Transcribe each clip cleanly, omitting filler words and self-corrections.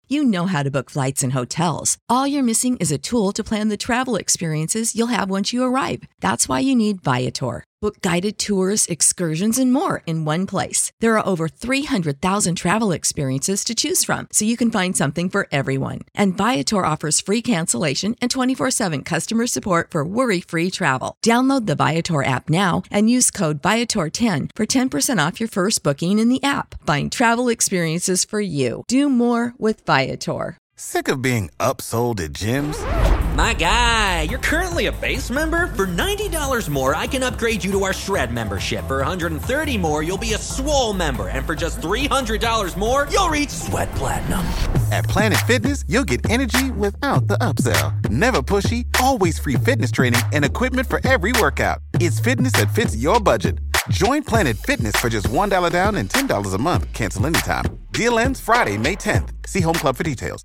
You know how to book flights and hotels. All you're missing is a tool to plan the travel experiences you'll have once you arrive. That's why you need Viator. Book guided tours, excursions, and more in one place. There are over 300,000 travel experiences to choose from, so you can find something for everyone. And Viator offers free cancellation and 24/7 customer support for worry-free travel. Download the Viator app now and use code Viator10 for 10% off your first booking in the app. Find travel experiences for you. Do more with Viator. Sick of being upsold at gyms? My guy, you're currently a base member? For $90 more, I can upgrade you to our Shred membership. For $130 more, you'll be a Swole member. And for just $300 more, you'll reach Sweat Platinum. At Planet Fitness, you'll get energy without the upsell. Never pushy, always free fitness training and equipment for every workout. It's fitness that fits your budget. Join Planet Fitness for just $1 down and $10 a month. Cancel anytime. Deal ends Friday, May 10th. See Home Club for details.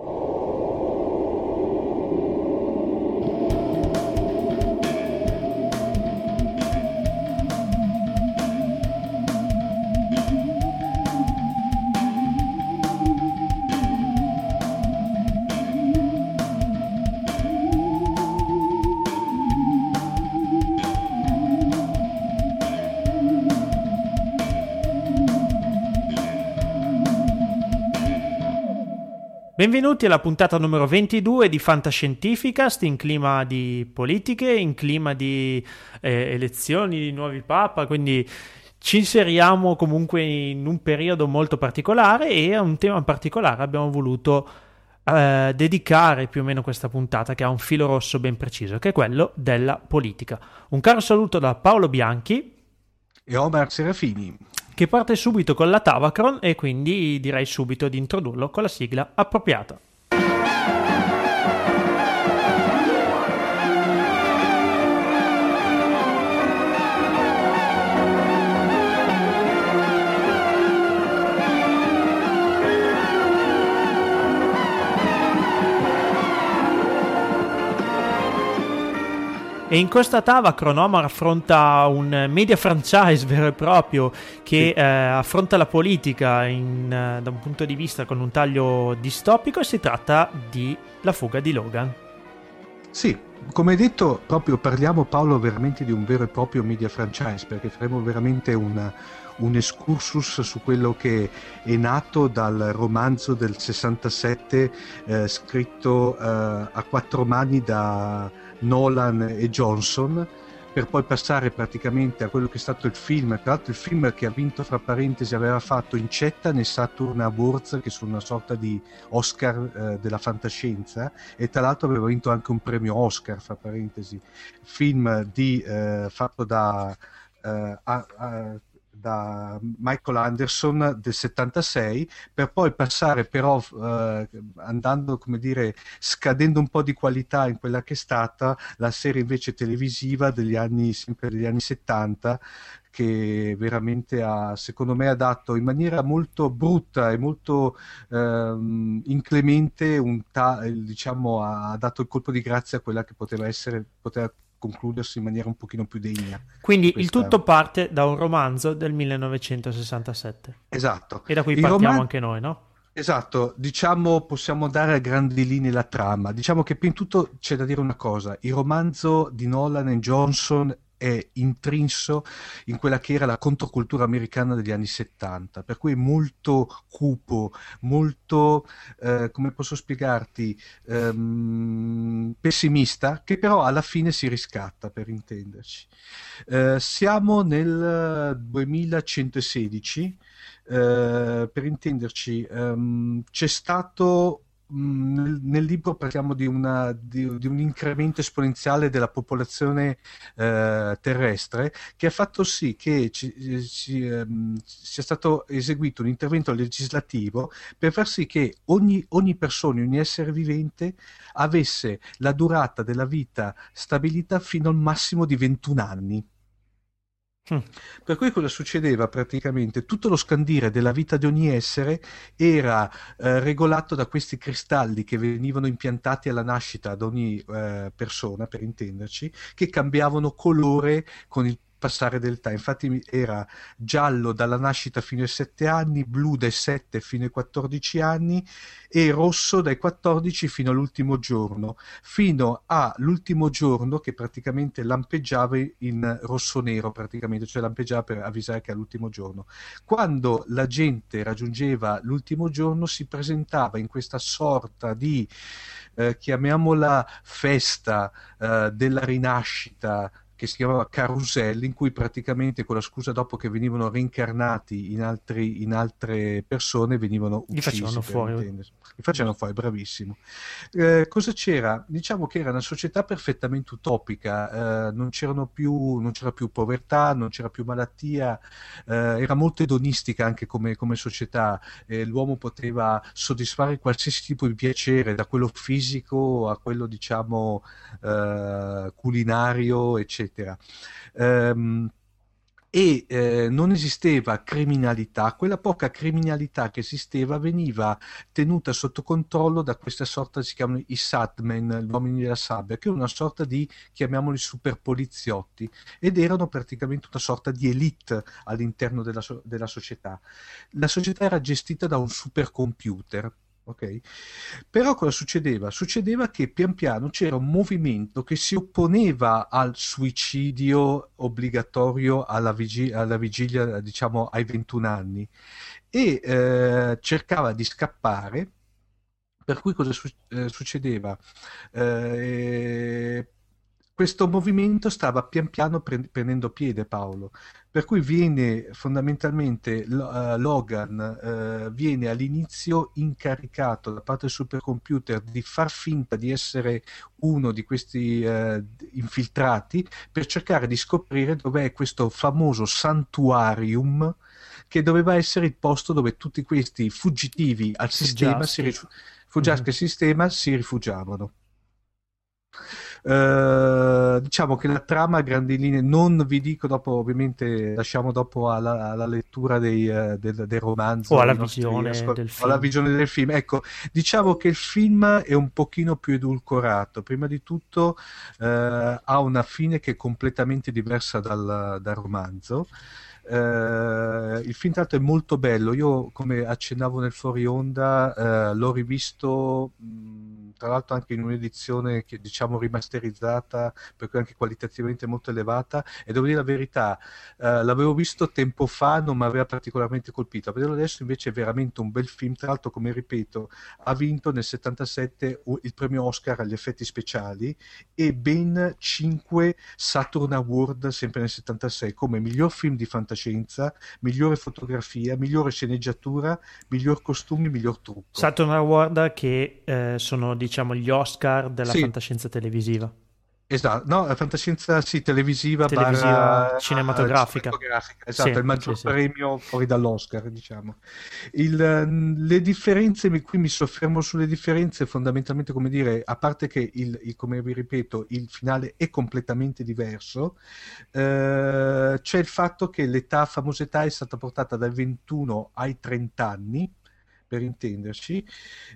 Benvenuti alla puntata numero 22 di Fantascientificast, in clima di politiche, in clima di elezioni di nuovi papa, quindi ci inseriamo comunque in un periodo molto particolare e a un tema particolare abbiamo voluto dedicare più o meno questa puntata, che ha un filo rosso ben preciso, che è quello della politica. Un caro saluto da Paolo Bianchi e Omar Serafini, che parte subito con la Tavacron, e quindi direi subito di introdurlo con la sigla appropriata. E in questa Tavacron Omar affronta un media franchise vero e proprio che affronta la politica da un punto di vista con un taglio distopico, e si tratta di La fuga di Logan. Sì, come hai detto, proprio parliamo, Paolo, veramente di un vero e proprio media franchise, perché faremo veramente un excursus su quello che è nato dal romanzo del 67 scritto a quattro mani da Nolan e Johnson, per poi passare praticamente a quello che è stato il film. Tra l'altro il film che ha vinto, fra parentesi, aveva fatto incetta nei Saturn Awards, che sono una sorta di Oscar della fantascienza, e tra l'altro aveva vinto anche un premio Oscar, fra parentesi, film fatto da Michael Anderson del 76, per poi passare però andando, come dire, scadendo un po' di qualità in quella che è stata la serie invece televisiva sempre degli anni 70, che veramente secondo me ha dato in maniera molto brutta e molto inclemente diciamo, ha dato il colpo di grazia a quella che poteva concludersi in maniera un pochino più degna. Quindi il tutto parte da un romanzo del 1967. Esatto. E da qui partiamo anche noi, no? Esatto, diciamo, possiamo dare a grandi linee la trama. Diciamo che prima di tutto c'è da dire una cosa: il romanzo di Nolan e Johnson è intrinso in quella che era la controcultura americana degli anni 70, per cui è molto cupo, molto, come posso spiegarti, pessimista, che però alla fine si riscatta, per intenderci. Siamo nel 2116, per intenderci, c'è stato nel libro parliamo di un incremento esponenziale della popolazione terrestre, che ha fatto sì che sia stato eseguito un intervento legislativo per far sì che ogni persona, ogni essere vivente avesse la durata della vita stabilita fino al massimo di 21 anni. Per cui cosa succedeva? Praticamente tutto lo scandire della vita di ogni essere era regolato da questi cristalli che venivano impiantati alla nascita ad ogni persona, per intenderci, che cambiavano colore con il passare dell'età. Infatti era giallo dalla nascita fino ai 7 anni, blu dai 7 fino ai 14 anni e rosso dai 14 fino all'ultimo giorno, fino all'ultimo giorno che praticamente lampeggiava in rosso-nero, praticamente, cioè lampeggiava per avvisare che è l'ultimo giorno. Quando la gente raggiungeva l'ultimo giorno si presentava in questa sorta di chiamiamola festa della rinascita, che si chiamava Carousel, in cui praticamente con la scusa dopo che venivano reincarnati in altre persone venivano uccisi. Li facevano fuori, bravissimo. Cosa c'era? Diciamo che era una società perfettamente utopica, non c'era più povertà, non c'era più malattia, era molto edonistica anche come società, l'uomo poteva soddisfare qualsiasi tipo di piacere, da quello fisico a quello diciamo culinario, eccetera. Non esisteva criminalità. Quella poca criminalità che esisteva veniva tenuta sotto controllo da questa sorta, si chiamano i Satmen, gli uomini della sabbia, che è una sorta di, chiamiamoli, super poliziotti, ed erano praticamente una sorta di elite all'interno della società. La società era gestita da un supercomputer. Ok, però cosa succedeva? Succedeva che pian piano c'era un movimento che si opponeva al suicidio obbligatorio alla vigilia, diciamo, ai 21 anni e cercava di scappare. Per cui cosa succedeva? Questo movimento stava pian piano prendendo piede, Paolo, per cui viene fondamentalmente Logan viene all'inizio incaricato da parte del supercomputer di far finta di essere uno di questi infiltrati per cercare di scoprire dov'è questo famoso santuarium che doveva essere il posto dove tutti questi fuggitivi al sistema si rifugiavano. Diciamo che la trama a grandi linee, non vi dico, dopo ovviamente lasciamo dopo alla lettura del romanzo o alla visione del film. Alla visione del film. Ecco, diciamo che il film è un pochino più edulcorato. Prima di tutto ha una fine che è completamente diversa dal romanzo. Il film tra l'altro è molto bello. Io, come accennavo nel fuori onda, l'ho rivisto tra l'altro anche in un'edizione che diciamo rimasterizzata, per cui anche qualitativamente molto elevata, e devo dire la verità, l'avevo visto tempo fa, non mi aveva particolarmente colpito. A vederlo adesso invece è veramente un bel film. Tra l'altro, come ripeto, ha vinto nel 77 il premio Oscar agli effetti speciali e ben 5 Saturn Award sempre nel 76 come miglior film di fantascienza, migliore fotografia, migliore sceneggiatura, miglior costumi, miglior trucco. Saturn Award che sono diciamo gli Oscar della fantascienza televisiva. Esatto, no, la fantascienza televisiva cinematografica. Esatto, il maggior premio fuori dall'Oscar, diciamo. Le differenze, qui mi soffermo sulle differenze, fondamentalmente, come dire, a parte che come vi ripeto, il finale è completamente diverso, c'è il fatto che famosa età è stata portata dai 21 ai 30 anni, per intenderci,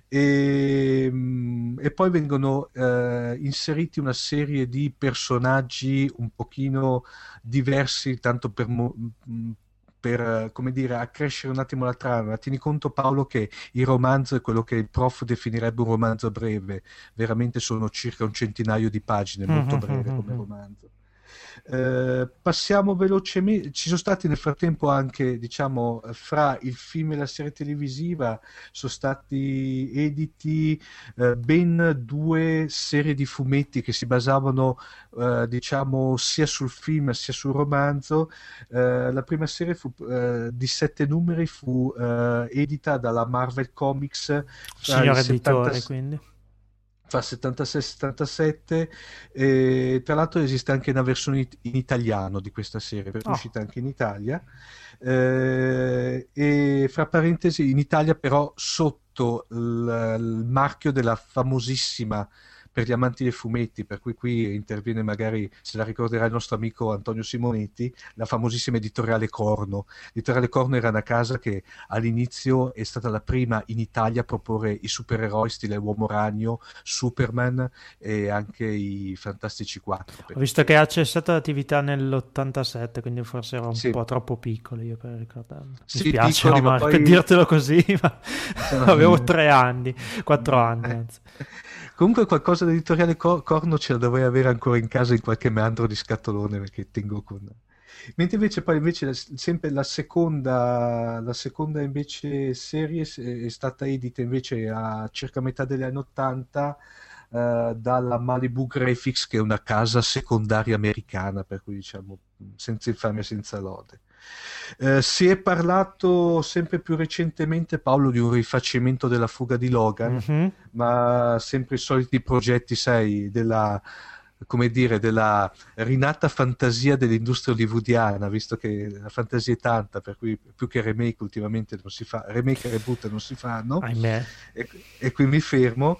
e poi vengono inseriti una serie di personaggi un pochino diversi, tanto per come dire, accrescere un attimo la trama. Tieni conto, Paolo, che il romanzo è quello che il prof definirebbe un romanzo breve, veramente sono circa un centinaio di pagine, molto breve come romanzo. Passiamo velocemente. Ci sono stati nel frattempo anche, diciamo, fra il film e la serie televisiva sono stati editi ben 2 serie di fumetti che si basavano diciamo sia sul film sia sul romanzo. La prima serie fu di 7 numeri, fu edita dalla Marvel Comics, signor editore, quindi fa 76-77, e tra l'altro esiste anche una versione in italiano di questa serie, perché è uscita anche in Italia, e fra parentesi in Italia però sotto il marchio della famosissima, per gli amanti dei fumetti, per cui qui interviene, magari se la ricorderà il nostro amico Antonio Simonetti, la famosissima editoriale Corno. L'editoriale Corno era una casa che all'inizio è stata la prima in Italia a proporre i supereroi stile Uomo Ragno, Superman e anche i Fantastici 4. Ho visto che ha cessato l'attività nell'87, quindi forse ero un Sì. po' troppo piccolo io per ricordarlo. Mi Sì, spiace, piccoli, ma Omar, poi- per dirtelo così, ma avevo 3 anni, 4 Eh. anni anzi. Comunque qualcosa dell'editoriale Corno ce la dovrei avere ancora in casa in qualche meandro di scatolone, perché tengo con... Mentre invece poi sempre la seconda invece serie è stata edita invece a circa metà degli anni 80 dalla Malibu Graphics, che è una casa secondaria americana, per cui diciamo senza infamia senza lode. Si è parlato sempre più recentemente, Paolo, di un rifacimento della fuga di Logan, Mhm. ma sempre i soliti progetti, sai, come dire, della rinata fantasia dell'industria hollywoodiana, visto che la fantasia è tanta, per cui più che remake ultimamente non si fa, remake e reboot non si fanno, Ahimè. e qui mi fermo.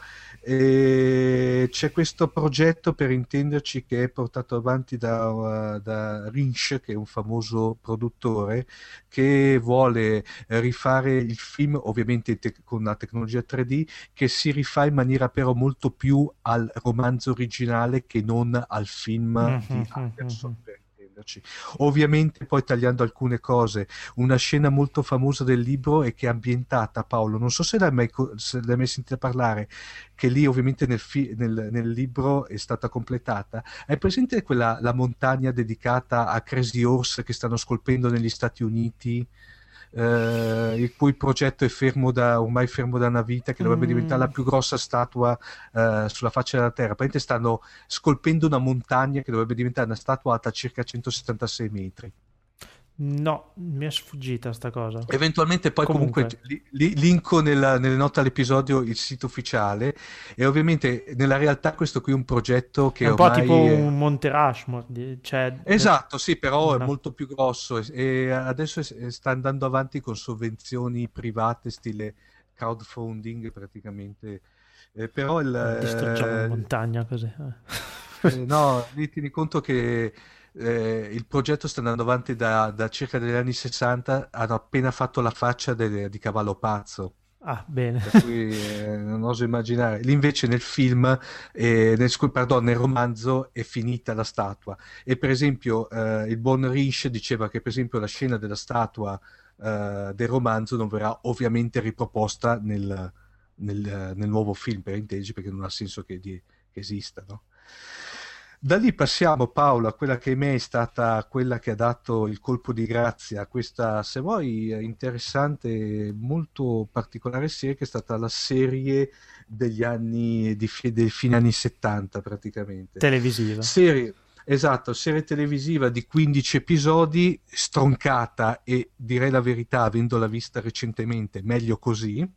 E c'è questo progetto, per intenderci, che è portato avanti da Lynch, che è un famoso produttore, che vuole rifare il film, ovviamente con la tecnologia 3D, che si rifà in maniera però molto più al romanzo originale che non al film di Anderson, per intenderci. Ovviamente poi tagliando alcune cose. Una scena molto famosa del libro e che è ambientata, Paolo, non so se l'hai mai sentita parlare, che lì ovviamente nel libro è stata completata. Hai presente la montagna dedicata a Crazy Horse che stanno scolpendo negli Stati Uniti? Il cui progetto è ormai fermo da una vita, che dovrebbe diventare la più grossa statua sulla faccia della terra. Praticamente stanno scolpendo una montagna che dovrebbe diventare una statua alta circa 176 metri. No, mi è sfuggita sta cosa. Eventualmente poi comunque linko nelle note all'episodio il sito ufficiale, e ovviamente nella realtà questo qui è un progetto che È un po' ormai tipo un Monte Rushmore, cioè... Esatto, sì, però è No. molto più grosso e adesso sta andando avanti con sovvenzioni private stile crowdfunding praticamente. Però Distruggiamo la montagna così. no, lì tieni conto che il progetto sta andando avanti da circa degli anni 60, hanno appena fatto la faccia di Cavallo Pazzo. Ah, bene. Per cui non oso immaginare. Lì invece nel film, nel romanzo è finita la statua. E per esempio il buon Lynch diceva che per esempio la scena della statua del romanzo non verrà ovviamente riproposta nel nuovo film, per intenderci, perché non ha senso che esista, no? Da lì passiamo, Paolo, a quella che a me è stata quella che ha dato il colpo di grazia a questa, se vuoi, interessante, molto particolare serie, che è stata la serie degli anni del fine anni 70 praticamente. Televisiva. Esatto, serie televisiva di 15 episodi, stroncata, e direi la verità, avendola vista recentemente, meglio così.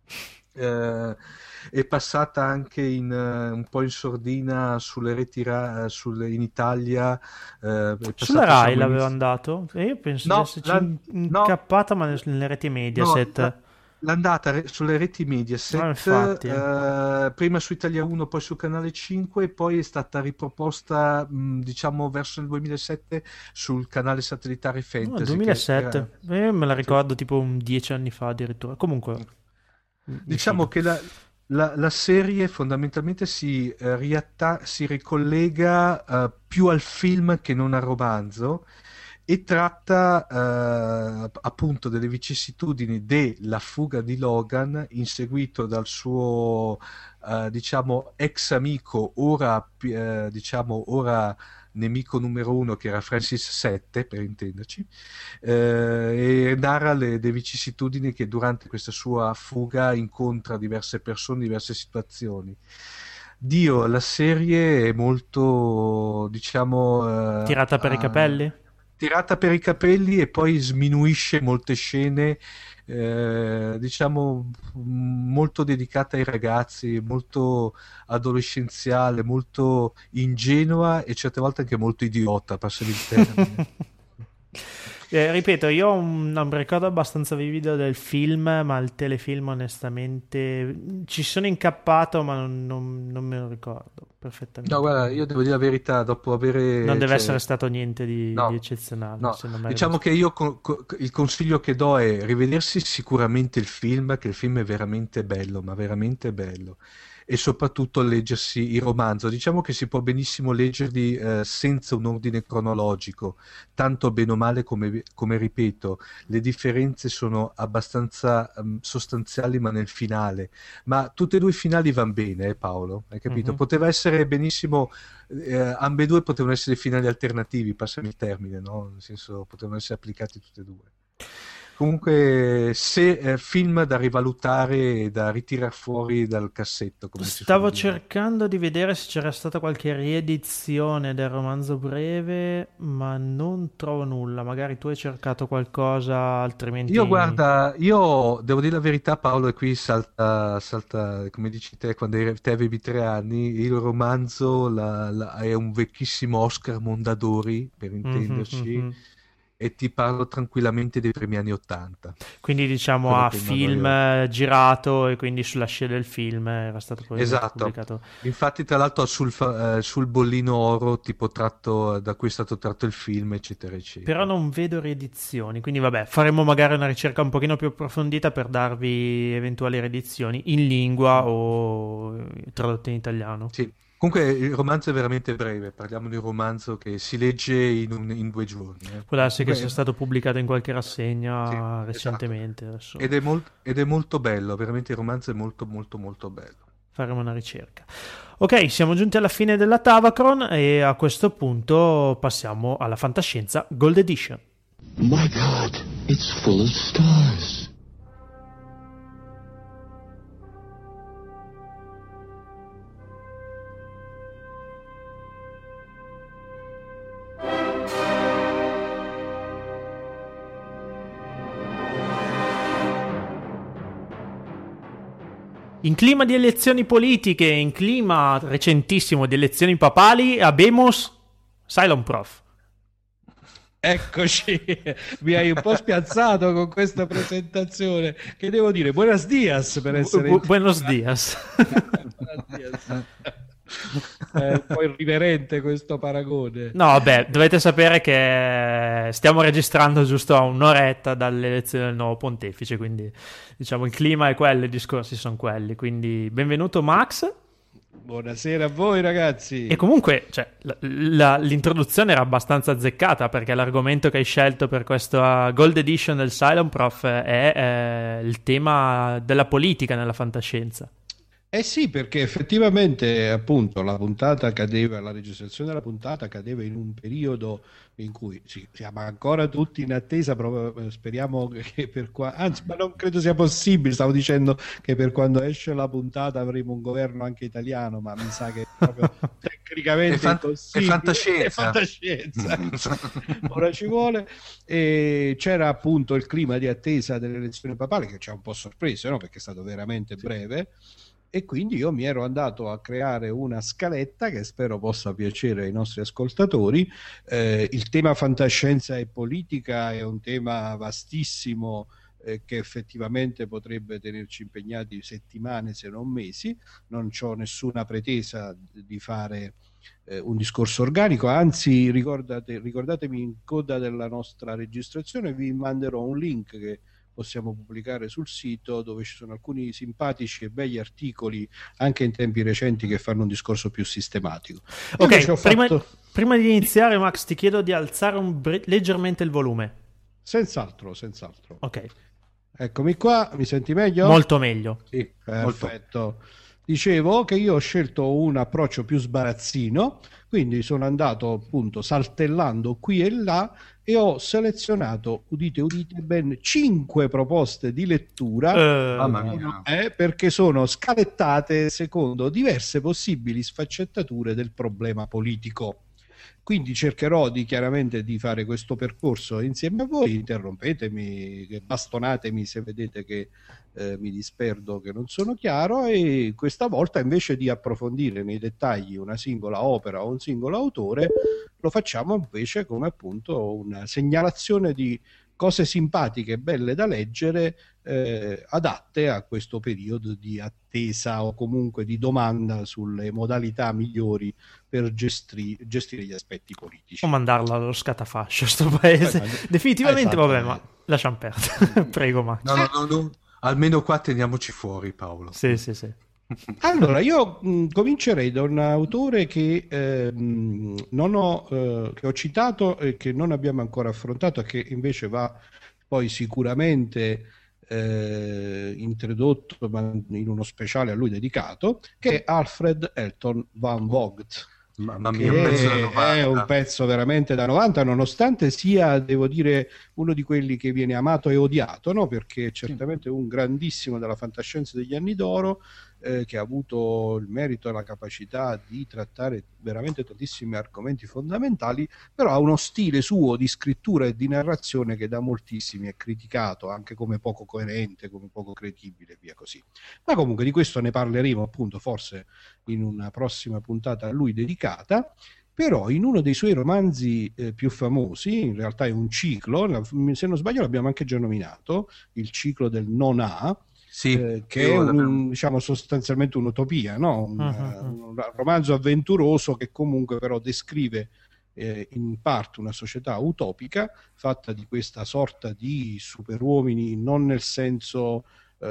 È passata anche un po' in sordina sulle reti in Italia. Sulla Rai l'aveva andato? E io penso di esserci incappata, ma nelle reti Mediaset. L'andata sulle reti Mediaset, prima su Italia 1, poi su Canale 5, e poi è stata riproposta diciamo verso il 2007 sul canale satellitare Fantasy. No, 2007, io me la ricordo tipo 10 anni fa addirittura. Comunque diciamo che la serie fondamentalmente si ricollega più al film che non al romanzo, e tratta appunto delle vicissitudini della fuga di Logan, inseguito dal suo diciamo ex amico, ora nemico numero uno, che era Francis Sette, per intenderci, e narra le vicissitudini che durante questa sua fuga incontra diverse persone, diverse situazioni. Dio, la serie è molto, diciamo... tirata per i capelli? Tirata per i capelli, e poi sminuisce molte scene, diciamo molto dedicata ai ragazzi, molto adolescenziale, molto ingenua e certe volte anche molto idiota, passami il termine. Ripeto, io ho un ricordo abbastanza vivido del film, ma il telefilm onestamente ci sono incappato, ma non me lo ricordo perfettamente. No, guarda, io devo dire la verità, dopo avere... Non deve essere stato niente di eccezionale. No, se non mi diciamo che io il consiglio che do è rivedersi sicuramente il film, che il film è veramente bello, ma veramente bello. E soprattutto leggersi il romanzo. Diciamo che si può benissimo leggerli senza un ordine cronologico, tanto bene o male come ripeto, le differenze sono abbastanza sostanziali, ma nel finale. Ma tutti e due i finali vanno bene, Paolo, hai capito? Mhm. Poteva essere benissimo, ambedue potevano essere finali alternativi, passami il termine, no? Nel senso, potevano essere applicati tutti e due. Comunque, se film da rivalutare e da ritirare fuori dal cassetto, come si Stavo suol dire. cercando di vedere se c'era stata qualche riedizione del romanzo breve, ma non trovo nulla. Magari tu hai cercato qualcosa, altrimenti... Io guarda, io devo dire la verità, Paolo, e qui salta, come dici te, quando te avevi 3 anni, il romanzo è un vecchissimo Oscar Mondadori, per Mhm, intenderci, mhm. e ti parlo tranquillamente dei primi anni '80. Quindi diciamo Quello a che film io. girato e quindi sulla scia del film era stato poi Esatto, pubblicato. infatti tra l'altro sul bollino oro, tipo tratto da cui è stato tratto il film, eccetera, Però eccetera. non vedo riedizioni, quindi vabbè, faremo magari una ricerca un pochino più approfondita per darvi eventuali riedizioni in lingua o tradotte in italiano. Sì, comunque il romanzo è veramente breve, parliamo di un romanzo che si legge in 2 giorni. Può darsi che sia Comunque, stato pubblicato in qualche sì, rassegna esatto. recentemente, adesso Ed è molto bello, veramente il romanzo è molto molto molto bello. faremo una ricerca. Ok, siamo giunti alla fine della Tavacron e a questo punto passiamo alla fantascienza Gold Edition. My God, it's full of stars. In clima di elezioni politiche, in clima recentissimo di elezioni papali, abemos Cylon Prof. Eccoci, mi hai un po' spiazzato con questa presentazione. Che devo dire? Buenos dias per essere Buenos dias. Buenos dias. È un po' irriverente questo paragone. No, vabbè, dovete sapere che stiamo registrando giusto a un'oretta dall'elezione del nuovo pontefice, quindi diciamo il clima è quello, i discorsi sono quelli, quindi benvenuto Max. Buonasera a voi ragazzi. E comunque, cioè, l'introduzione era abbastanza azzeccata perché l'argomento che hai scelto per questa Gold Edition del Cylon Prof è il tema della politica nella fantascienza. Eh sì, perché effettivamente appunto la puntata cadeva, la registrazione della puntata cadeva in un periodo in cui siamo ancora tutti in attesa, speriamo che anzi, ma non credo sia possibile, stavo dicendo che per quando esce la puntata avremo un governo anche italiano, ma mi sa che è proprio tecnicamente impossibile. È fantascienza. È fantascienza. Ora ci vuole. E c'era appunto il clima di attesa delle elezioni papali che ci ha un po' sorpreso, no? Perché è stato veramente breve. E quindi io mi ero andato a creare una scaletta che spero possa piacere ai nostri ascoltatori. Il tema fantascienza e politica è un tema vastissimo che effettivamente potrebbe tenerci impegnati settimane se non mesi. Non ho nessuna pretesa di fare un discorso organico, anzi ricordatemi in coda della nostra registrazione vi manderò un link che possiamo pubblicare sul sito dove ci sono alcuni simpatici e begli articoli anche in tempi recenti che fanno un discorso più sistematico. Ok, prima di iniziare Max ti chiedo di alzare leggermente il volume. Senz'altro. Ok. Eccomi qua, mi senti meglio? Molto meglio. Sì, Perfetto. molto. Dicevo che io ho scelto un approccio più sbarazzino, quindi sono andato appunto saltellando qui e là e ho selezionato, udite, ben 5 proposte di lettura Mamma mia. perché sono scalettate secondo diverse possibili sfaccettature del problema politico. Quindi cercherò chiaramente di fare questo percorso insieme a voi. Interrompetemi, bastonatemi se vedete che mi disperdo, che non sono chiaro, e questa volta invece di approfondire nei dettagli una singola opera o un singolo autore, lo facciamo invece come appunto una segnalazione di cose simpatiche e belle da leggere, adatte a questo periodo di attesa o comunque di domanda sulle modalità migliori per gestire gli aspetti politici. O mandarla allo scatafascio sto paese. Definitivamente, esatto. vabbè, ma lasciamo perdere. Prego, Max. No, almeno qua teniamoci fuori, Paolo. Sì. Allora, io comincerei da un autore che non ho, che ho citato e che non abbiamo ancora affrontato, e che invece va poi sicuramente introdotto in uno speciale a lui dedicato, che è Alfred Elton Van Vogt. Mamma mia, un pezzo da 90. È un pezzo veramente da 90, nonostante sia, devo dire, uno di quelli che viene amato e odiato, no? Perché è certamente un grandissimo della fantascienza degli anni d'oro, che ha avuto il merito e la capacità di trattare veramente tantissimi argomenti fondamentali, però ha uno stile suo di scrittura e di narrazione che da moltissimi è criticato, anche come poco coerente, come poco credibile e via così. Ma comunque di questo ne parleremo appunto forse in una prossima puntata a lui dedicata. Però in uno dei suoi romanzi più famosi, in realtà è un ciclo, se non sbaglio l'abbiamo anche già nominato, il ciclo del non A, che è diciamo sostanzialmente un'utopia, no? Un romanzo avventuroso che comunque però descrive in parte una società utopica fatta di questa sorta di superuomini, non nel senso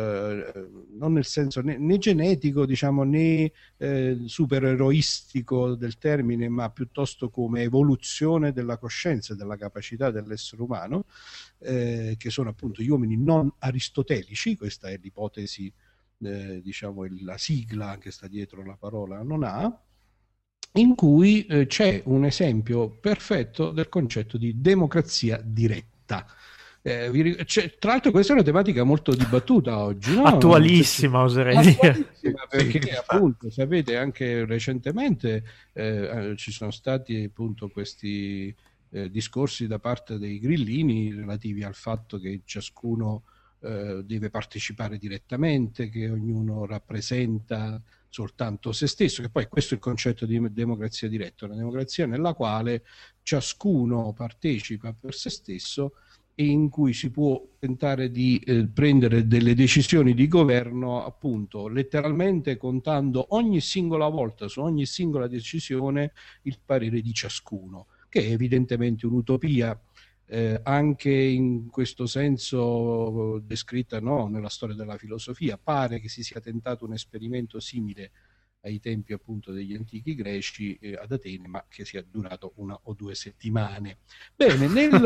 né genetico, diciamo, né supereroistico del termine, ma piuttosto come evoluzione della coscienza e della capacità dell'essere umano, che sono appunto gli uomini non aristotelici. Questa è l'ipotesi, diciamo, la sigla che sta dietro la parola non ha, in cui c'è un esempio perfetto del concetto di democrazia diretta. Tra l'altro questa è una tematica molto dibattuta oggi, no? Attualissima, oserei dire, perché appunto sapete anche recentemente ci sono stati appunto questi discorsi da parte dei grillini relativi al fatto che ciascuno deve partecipare direttamente, che ognuno rappresenta soltanto se stesso, che poi questo è il concetto di democrazia diretta, una democrazia nella quale ciascuno partecipa per se stesso e in cui si può tentare di prendere delle decisioni di governo appunto letteralmente contando ogni singola volta su ogni singola decisione il parere di ciascuno, che è evidentemente un'utopia, anche in questo senso descritta, no, nella storia della filosofia. Pare che si sia tentato un esperimento simile ai tempi appunto degli antichi greci ad Atene, ma che sia durato 1 o 2 settimane. Bene,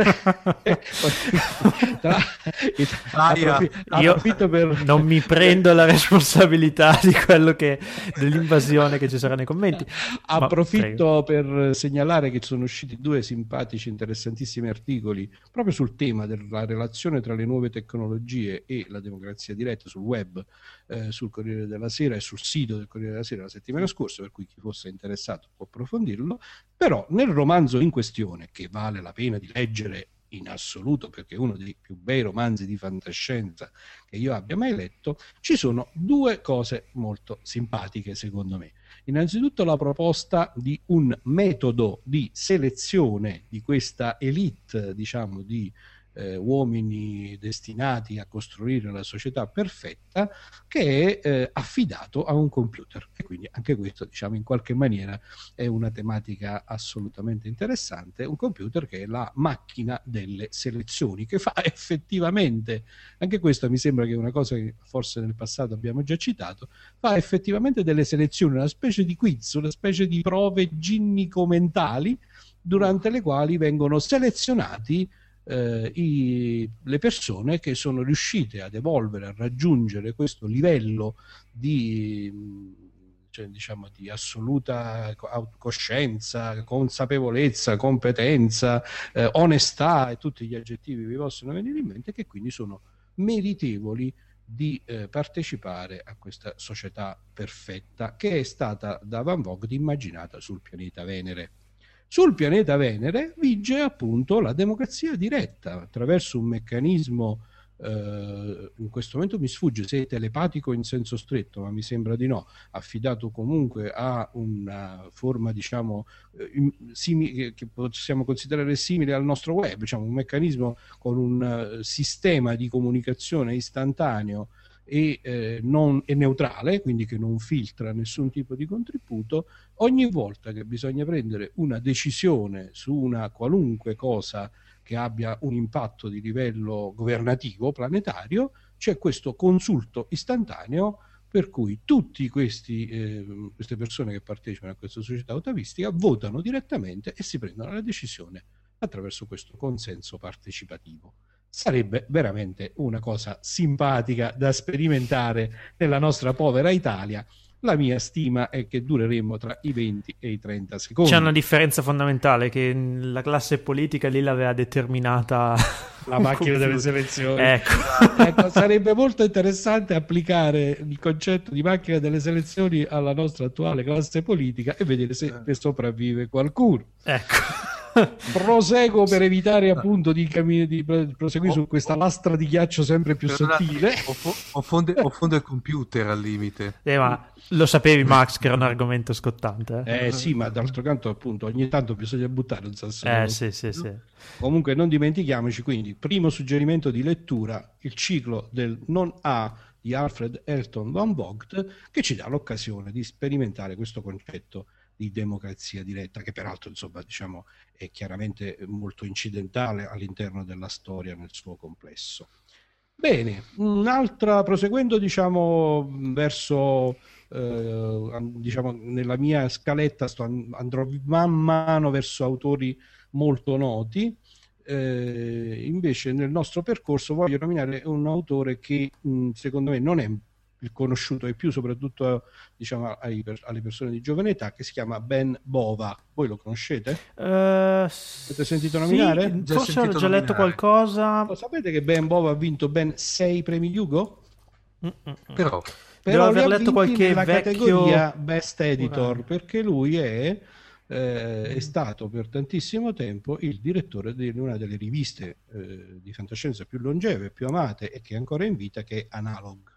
io non mi prendo la responsabilità di quello dell'invasione che ci sarà nei commenti. Approfitto per segnalare che sono usciti 2 simpatici, interessantissimi articoli proprio sul tema della relazione tra le nuove tecnologie e la democrazia diretta sul web, sul Corriere della Sera e sul sito del Corriere della Sera la settimana scorsa, per cui chi fosse interessato può approfondirlo. Però nel romanzo in questione, che vale la pena di leggere in assoluto perché è uno dei più bei romanzi di fantascienza che io abbia mai letto, ci sono 2 cose molto simpatiche secondo me. Innanzitutto la proposta di un metodo di selezione di questa elite, diciamo, di uomini destinati a costruire la società perfetta, che è affidato a un computer, e quindi anche questo, diciamo, in qualche maniera è una tematica assolutamente interessante. Un computer che è la macchina delle selezioni, che fa effettivamente, anche questo mi sembra che è una cosa che forse nel passato abbiamo già citato, fa effettivamente delle selezioni, una specie di quiz, una specie di prove ginnico-mentali durante le quali vengono selezionati le persone che sono riuscite ad evolvere, a raggiungere questo livello di, cioè, diciamo, di assoluta coscienza, consapevolezza, competenza, onestà e tutti gli aggettivi che vi possono venire in mente, che quindi sono meritevoli di partecipare a questa società perfetta che è stata da Van Vogt immaginata sul pianeta Venere. Sul pianeta Venere vige appunto la democrazia diretta attraverso un meccanismo, in questo momento mi sfugge se è telepatico in senso stretto, ma mi sembra di no, affidato comunque a una forma, diciamo, che possiamo considerare simile al nostro web, diciamo un meccanismo con un sistema di comunicazione istantaneo e neutrale, quindi che non filtra nessun tipo di contributo. Ogni volta che bisogna prendere una decisione su una qualunque cosa che abbia un impatto di livello governativo planetario, c'è questo consulto istantaneo per cui tutti queste persone che partecipano a questa società atavistica votano direttamente e si prendono la decisione attraverso questo consenso partecipativo. Sarebbe veramente una cosa simpatica da sperimentare nella nostra povera Italia. La mia stima è che dureremo tra i 20 e i 30 secondi. C'è una differenza fondamentale, che la classe politica lì l'aveva determinata la macchina delle selezioni. Ecco, sarebbe molto interessante applicare il concetto di macchina delle selezioni alla nostra attuale classe politica e vedere se ne sopravvive qualcuno. Ecco. Proseguo per evitare appunto di proseguire su questa lastra di ghiaccio sempre più sottile. O fondo il computer al limite. Ma lo sapevi, Max, che era un argomento scottante? Sì, ma d'altro canto appunto ogni tanto bisogna buttare un sasso. Sì. Comunque non dimentichiamoci, quindi, primo suggerimento di lettura, il ciclo del non A di Alfred Elton von Vogt, che ci dà l'occasione di sperimentare questo concetto di democrazia diretta, che peraltro, insomma, diciamo, è chiaramente molto incidentale all'interno della storia nel suo complesso. Bene, un'altra, proseguendo, diciamo, verso diciamo, nella mia scaletta andrò man mano verso autori molto noti. Invece nel nostro percorso voglio nominare un autore che secondo me non è il conosciuto, e più soprattutto, diciamo, alle persone di giovane età, che si chiama Ben Bova. Voi lo conoscete? Avete sentito nominare? Sì, forse ho già letto qualcosa. Lo sapete che Ben Bova ha vinto ben 6 premi Hugo? Però devo aver letto qualche categoria Best Editor, perché lui è stato per tantissimo tempo il direttore di una delle riviste di fantascienza più longeve, più amate e che è ancora in vita, che è Analog.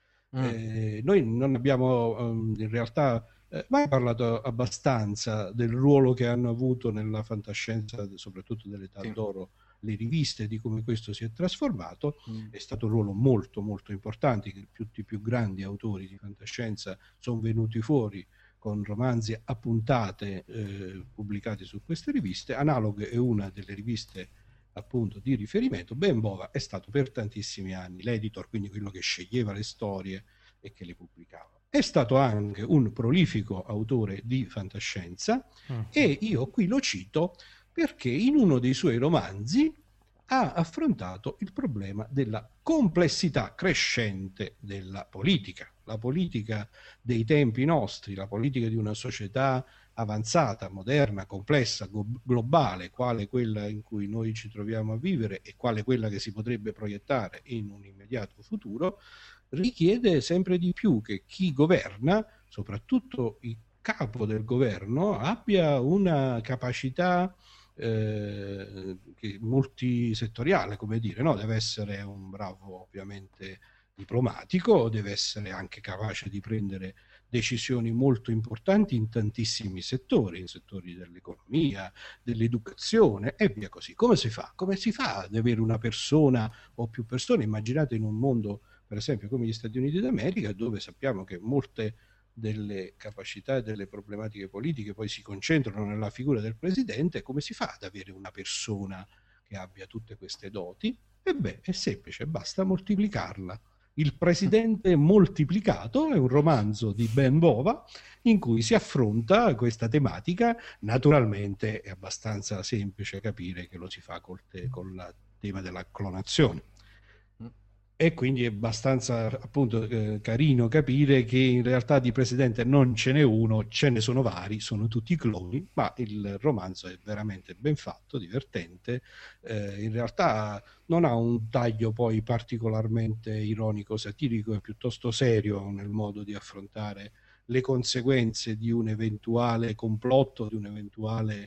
Noi non abbiamo in realtà mai parlato abbastanza del ruolo che hanno avuto nella fantascienza, soprattutto dell'età d'oro, le riviste, di come questo si è trasformato. È stato un ruolo molto molto importante, che tutti i più grandi autori di fantascienza sono venuti fuori con romanzi a puntate pubblicati su queste riviste. Analog è una delle riviste appunto di riferimento. Ben Bova è stato per tantissimi anni l'editor, quindi quello che sceglieva le storie e che le pubblicava. È stato anche un prolifico autore di fantascienza e io qui lo cito perché in uno dei suoi romanzi ha affrontato il problema della complessità crescente della politica, la politica dei tempi nostri, la politica di una società avanzata, moderna, complessa, globale, quale quella in cui noi ci troviamo a vivere e quale quella che si potrebbe proiettare in un immediato futuro, richiede sempre di più che chi governa, soprattutto il capo del governo, abbia una capacità multisettoriale, come dire, no? Deve essere un bravo, ovviamente, diplomatico, deve essere anche capace di prendere decisioni molto importanti in tantissimi settori, in settori dell'economia, dell'educazione e via così. Come si fa? Come si fa ad avere una persona o più persone? Immaginate in un mondo, per esempio, come gli Stati Uniti d'America, dove sappiamo che molte delle capacità e delle problematiche politiche poi si concentrano nella figura del presidente. Come si fa ad avere una persona che abbia tutte queste doti? E beh, è semplice, basta moltiplicarla. Il presidente moltiplicato è un romanzo di Ben Bova in cui si affronta questa tematica. Naturalmente è abbastanza semplice capire che lo si fa con il tema della clonazione. E quindi è abbastanza appunto carino capire che in realtà di presidente non ce n'è uno, ce ne sono vari, sono tutti cloni, ma il romanzo è veramente ben fatto, divertente, in realtà non ha un taglio poi particolarmente ironico, satirico, è piuttosto serio nel modo di affrontare le conseguenze di un eventuale complotto, di un eventuale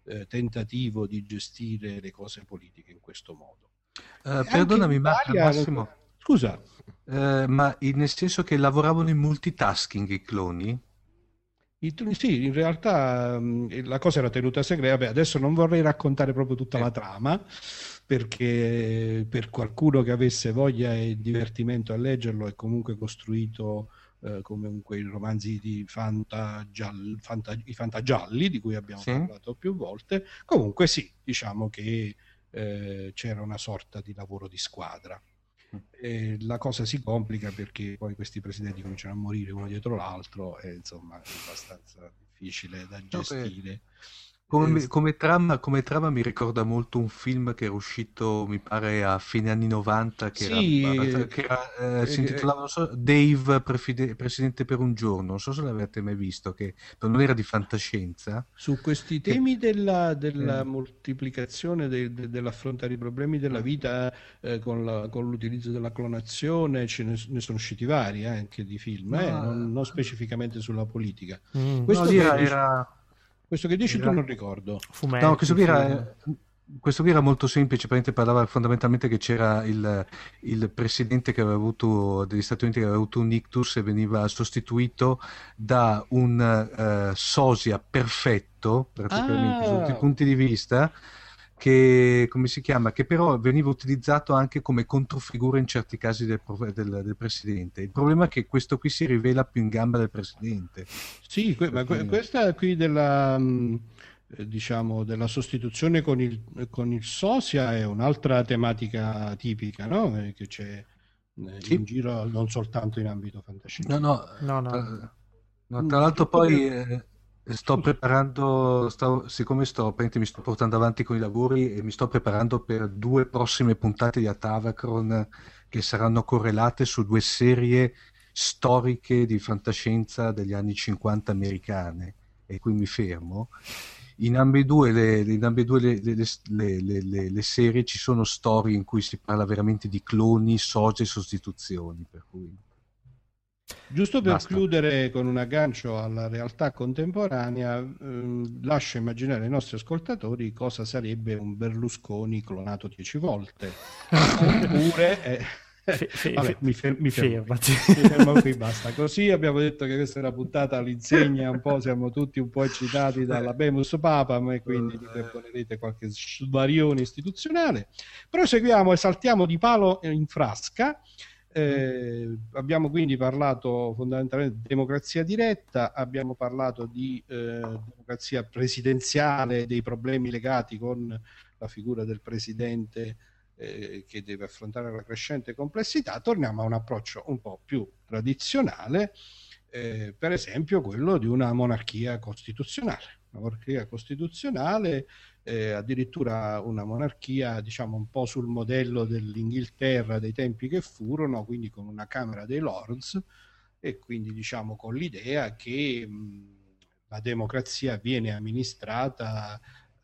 tentativo di gestire le cose politiche in questo modo. Perdonami, Massimo. Scusa. Ma nel senso che lavoravano in multitasking i cloni? Sì, in realtà la cosa era tenuta segreta. Beh, adesso non vorrei raccontare proprio tutta la trama, perché per qualcuno che avesse voglia e divertimento a leggerlo è comunque costruito come quei romanzi di i fantagialli di cui abbiamo parlato più volte. Comunque sì, diciamo che c'era una sorta di lavoro di squadra. La cosa si complica perché poi questi presidenti cominciano a morire uno dietro l'altro e insomma è abbastanza difficile da gestire. Come trama mi ricorda molto un film che era uscito, mi pare, a fine anni 90, che si intitolava, non so, Dave, Presidente per un giorno, non so se l'avete mai visto, che non era di fantascienza. Su questi temi della moltiplicazione, dell'affrontare i problemi della vita con l'utilizzo della clonazione, ne sono usciti vari anche di film, non specificamente sulla politica. Questo che dici tu non ricordo. No, questo qui era molto semplice, parlava fondamentalmente che c'era il presidente che aveva avuto degli Stati Uniti, che aveva avuto un ictus e veniva sostituito da un sosia perfetto, praticamente, da tutti i punti di vista, che, come si chiama, che però veniva utilizzato anche come controfigura in certi casi del presidente. Il problema è che questo qui si rivela più in gamba del presidente. Sì, ma questa qui diciamo della sostituzione con il sosia è un'altra tematica tipica, no? Che c'è in giro, non soltanto in ambito fantascientifico. No. Tra l'altro poi sto preparando, siccome mi sto portando avanti con i lavori e mi sto preparando per 2 prossime puntate di Atavacron che saranno correlate su 2 serie storiche di fantascienza degli anni 50 americane, e qui mi fermo. In ambedue le serie ci sono storie in cui si parla veramente di cloni, soci e sostituzioni, per cui... Giusto per chiudere con un aggancio alla realtà contemporanea, lascio immaginare ai nostri ascoltatori cosa sarebbe un Berlusconi clonato 10 volte. Oppure... mi fermo qui, basta. Così abbiamo detto che questa è una puntata all'insegna, un po' siamo tutti un po' eccitati dalla Bemus Papam e quindi vi perdonerete qualche svarione istituzionale. Proseguiamo e saltiamo di palo in frasca. Abbiamo quindi parlato fondamentalmente di democrazia diretta, abbiamo parlato di democrazia presidenziale, dei problemi legati con la figura del presidente che deve affrontare la crescente complessità. Torniamo a un approccio un po' più tradizionale, per esempio quello di una monarchia costituzionale. Una monarchia costituzionale, addirittura una monarchia, diciamo, un po' sul modello dell'Inghilterra dei tempi che furono, quindi con una Camera dei Lords e quindi, diciamo, con l'idea che la democrazia viene amministrata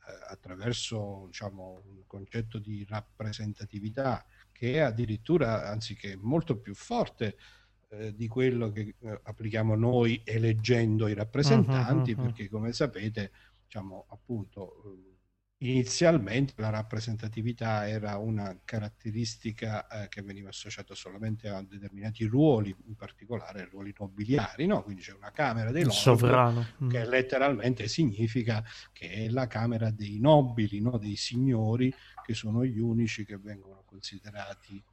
attraverso, diciamo, un concetto di rappresentatività che è addirittura, anzi che è molto più forte di quello che applichiamo noi eleggendo i rappresentanti, perché come sapete, diciamo, appunto, inizialmente la rappresentatività era una caratteristica che veniva associata solamente a determinati ruoli, in particolare ruoli nobiliari, no? Quindi c'è una Camera dei Lord, sovrano, che letteralmente significa che è la Camera dei nobili, no? Dei signori, che sono gli unici che vengono considerati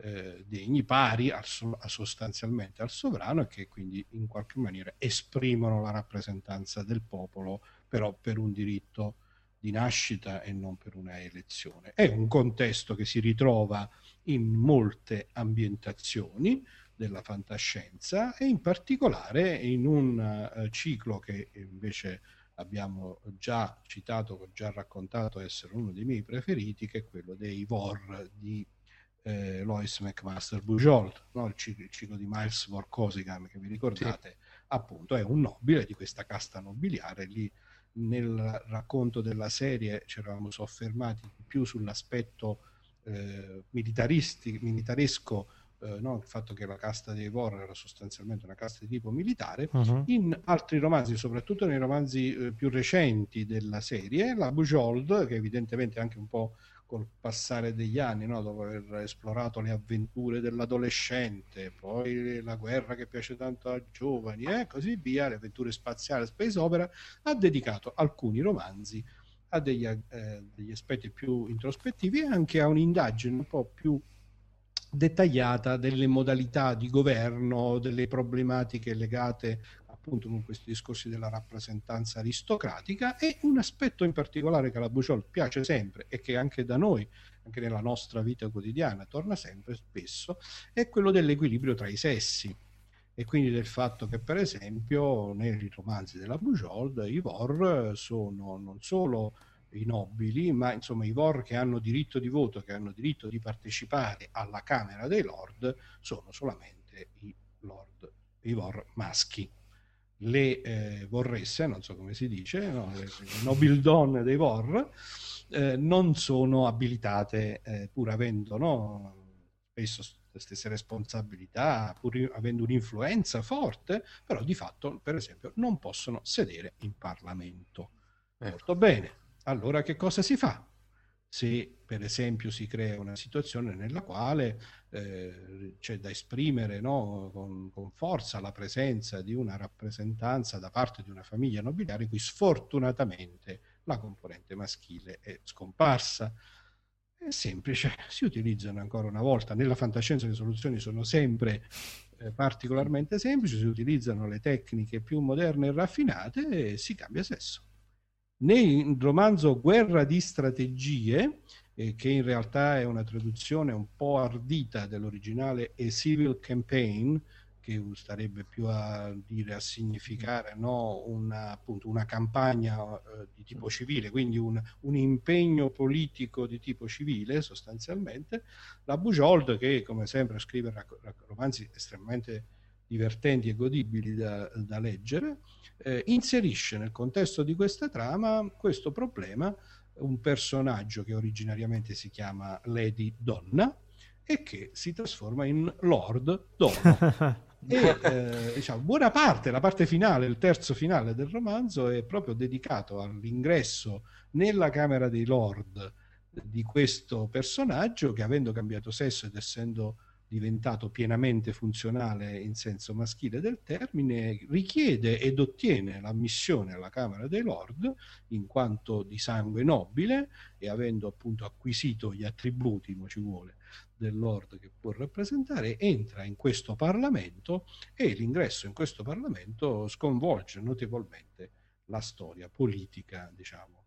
degni, pari sostanzialmente al sovrano, e che quindi in qualche maniera esprimono la rappresentanza del popolo, però per un diritto di nascita e non per una elezione. È un contesto che si ritrova in molte ambientazioni della fantascienza e in particolare in un ciclo che invece abbiamo già citato, che ho già raccontato essere uno dei miei preferiti, che è quello dei Vor di Lois McMaster Bujold, no? Il ciclo di Miles Vorkosigan, che vi ricordate, appunto è un nobile di questa casta nobiliare. Lì nel racconto della serie ci eravamo soffermati più sull'aspetto militaresco no? Il fatto che la casta dei Vor era sostanzialmente una casta di tipo militare. Mhm. In altri romanzi, soprattutto nei romanzi più recenti della serie, la Bujold, che evidentemente anche un po' col passare degli anni, no? Dopo aver esplorato le avventure dell'adolescente, poi la guerra che piace tanto ai giovani e così via, le avventure spaziali, space opera, ha dedicato alcuni romanzi a degli aspetti più introspettivi e anche a un'indagine un po' più dettagliata delle modalità di governo, delle problematiche legate appunto con questi discorsi della rappresentanza aristocratica. E un aspetto in particolare che alla Bujold piace sempre e che anche da noi, anche nella nostra vita quotidiana, torna sempre spesso, è quello dell'equilibrio tra i sessi, e quindi del fatto che per esempio nei romanzi della Bujold i Vor sono non solo i nobili, ma insomma i Vor che hanno diritto di voto, che hanno diritto di partecipare alla Camera dei Lord, sono solamente i Vor maschi. Le vorresse, non so come si dice, no? Le nobildonne dei Vor non sono abilitate, pur avendo, no, spesso le stesse responsabilità, pur avendo un'influenza forte, però di fatto, per esempio, non possono sedere in Parlamento. Molto bene. Allora che cosa si fa? Se per esempio si crea una situazione nella quale c'è da esprimere, no, con forza la presenza di una rappresentanza da parte di una famiglia nobiliare in cui sfortunatamente la componente maschile è scomparsa. È semplice, si utilizzano ancora una volta, nella fantascienza le soluzioni sono sempre particolarmente semplici, si utilizzano le tecniche più moderne e raffinate e si cambia sesso. Nel romanzo Guerra di strategie, che in realtà è una traduzione un po' ardita dell'originale A Civil Campaign, che starebbe più a significare, no, appunto una campagna di tipo civile, quindi un impegno politico di tipo civile sostanzialmente, la Bujold, che come sempre scrive romanzi estremamente divertenti e godibili da leggere, inserisce nel contesto di questa trama questo problema, un personaggio che originariamente si chiama Lady Donna e che si trasforma in Lord Dono. E diciamo, buona parte, la parte finale, il terzo finale del romanzo è proprio dedicato all'ingresso nella Camera dei Lord di questo personaggio che, avendo cambiato sesso ed essendo diventato pienamente funzionale in senso maschile del termine, richiede ed ottiene l'ammissione alla Camera dei Lord in quanto di sangue nobile e avendo appunto acquisito gli attributi, ma ci vuole, del Lord che può rappresentare, entra in questo Parlamento e l'ingresso in questo Parlamento sconvolge notevolmente la storia politica, diciamo,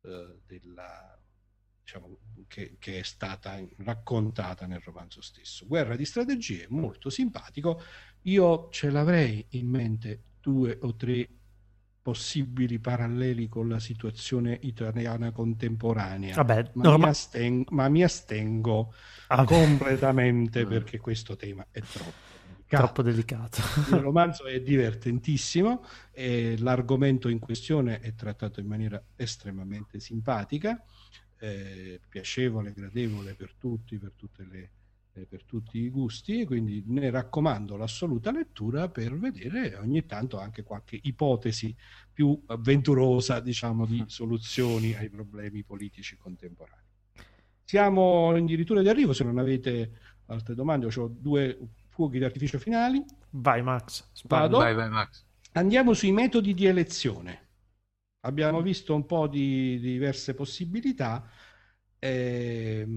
che è stata raccontata nel romanzo stesso. Guerra di strategie, molto simpatico. Io ce l'avrei in mente 2 o 3 possibili paralleli con la situazione italiana contemporanea. Vabbè, ma mi astengo completamente perché questo tema è troppo delicato. Il romanzo è divertentissimo e l'argomento in questione è trattato in maniera estremamente simpatica, piacevole, gradevole per tutti, per tutti i gusti, e quindi ne raccomando l'assoluta lettura per vedere ogni tanto anche qualche ipotesi più avventurosa, diciamo, di soluzioni ai problemi politici contemporanei. Siamo addirittura di arrivo, se non avete altre domande. Ho 2 fuochi d'artificio finali. Vai Max, vado. Vai Max. Andiamo sui metodi di elezione. Abbiamo visto un po' di diverse possibilità. Ce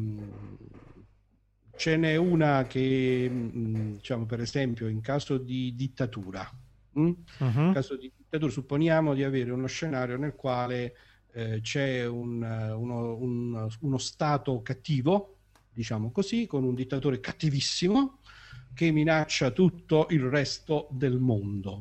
n'è una che, diciamo, per esempio, in caso di dittatura, in caso di dittatura, supponiamo di avere uno scenario nel quale c'è uno stato cattivo, diciamo così, con un dittatore cattivissimo che minaccia tutto il resto del mondo.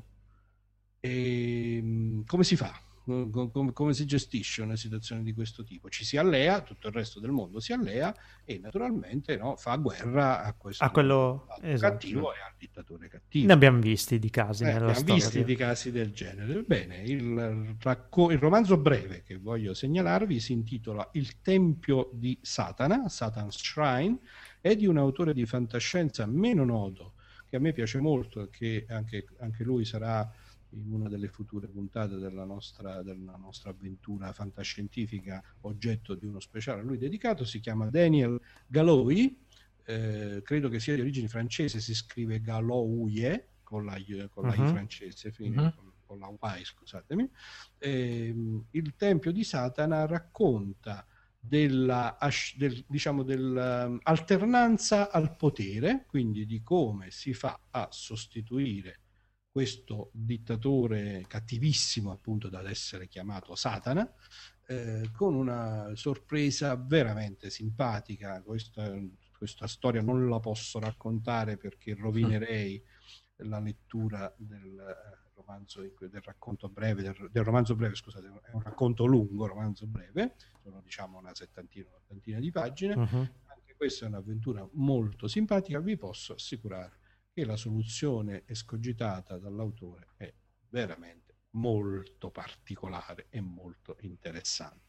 E come si fa? Come si gestisce una situazione di questo tipo? Ci si allea, tutto il resto del mondo si allea e naturalmente, no, fa guerra a questo quello cattivo e al dittatore cattivo. Ne abbiamo visti di casi nella storia. Visti di casi del genere. Bene, il romanzo breve che voglio segnalarvi si intitola Il Tempio di Satana, Satan's Shrine, e di un autore di fantascienza meno noto, che a me piace molto e che anche lui sarà in una delle future puntate della nostra avventura fantascientifica oggetto di uno speciale a lui dedicato. Si chiama Daniel Galouye, credo che sia di origini francese, si scrive Galouye con la I francese, con la Y, scusatemi. Il Tempio di Satana racconta dell'alternanza al potere, quindi di come si fa a sostituire questo dittatore cattivissimo, appunto da essere chiamato Satana, con una sorpresa veramente simpatica. Questa storia non la posso raccontare perché rovinerei la lettura del romanzo, del racconto breve, del romanzo breve, scusate, è un racconto lungo, romanzo breve, sono diciamo una ottantina di pagine. Anche questa è un'avventura molto simpatica. Vi posso assicurare che la soluzione escogitata dall'autore è veramente molto particolare e molto interessante.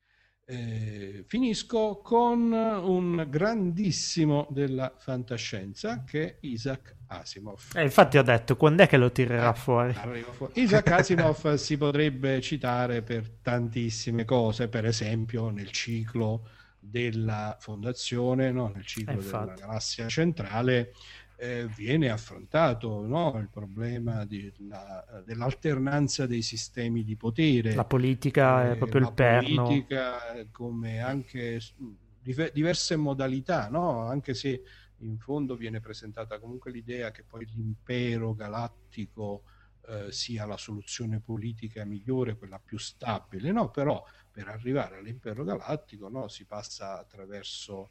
Finisco con un grandissimo della fantascienza che è Isaac Asimov. Infatti ho detto, quando è che lo tirerà fuori? Isaac Asimov si potrebbe citare per tantissime cose, per esempio nel ciclo della fondazione, no? Nel ciclo della galassia centrale viene affrontato, no? Il problema dell'alternanza dei sistemi di potere. La politica è proprio il perno. La politica come anche diverse modalità, no? Anche se in fondo viene presentata comunque l'idea che poi l'impero galattico sia la soluzione politica migliore, quella più stabile, no? Però per arrivare all'impero galattico, no, si passa attraverso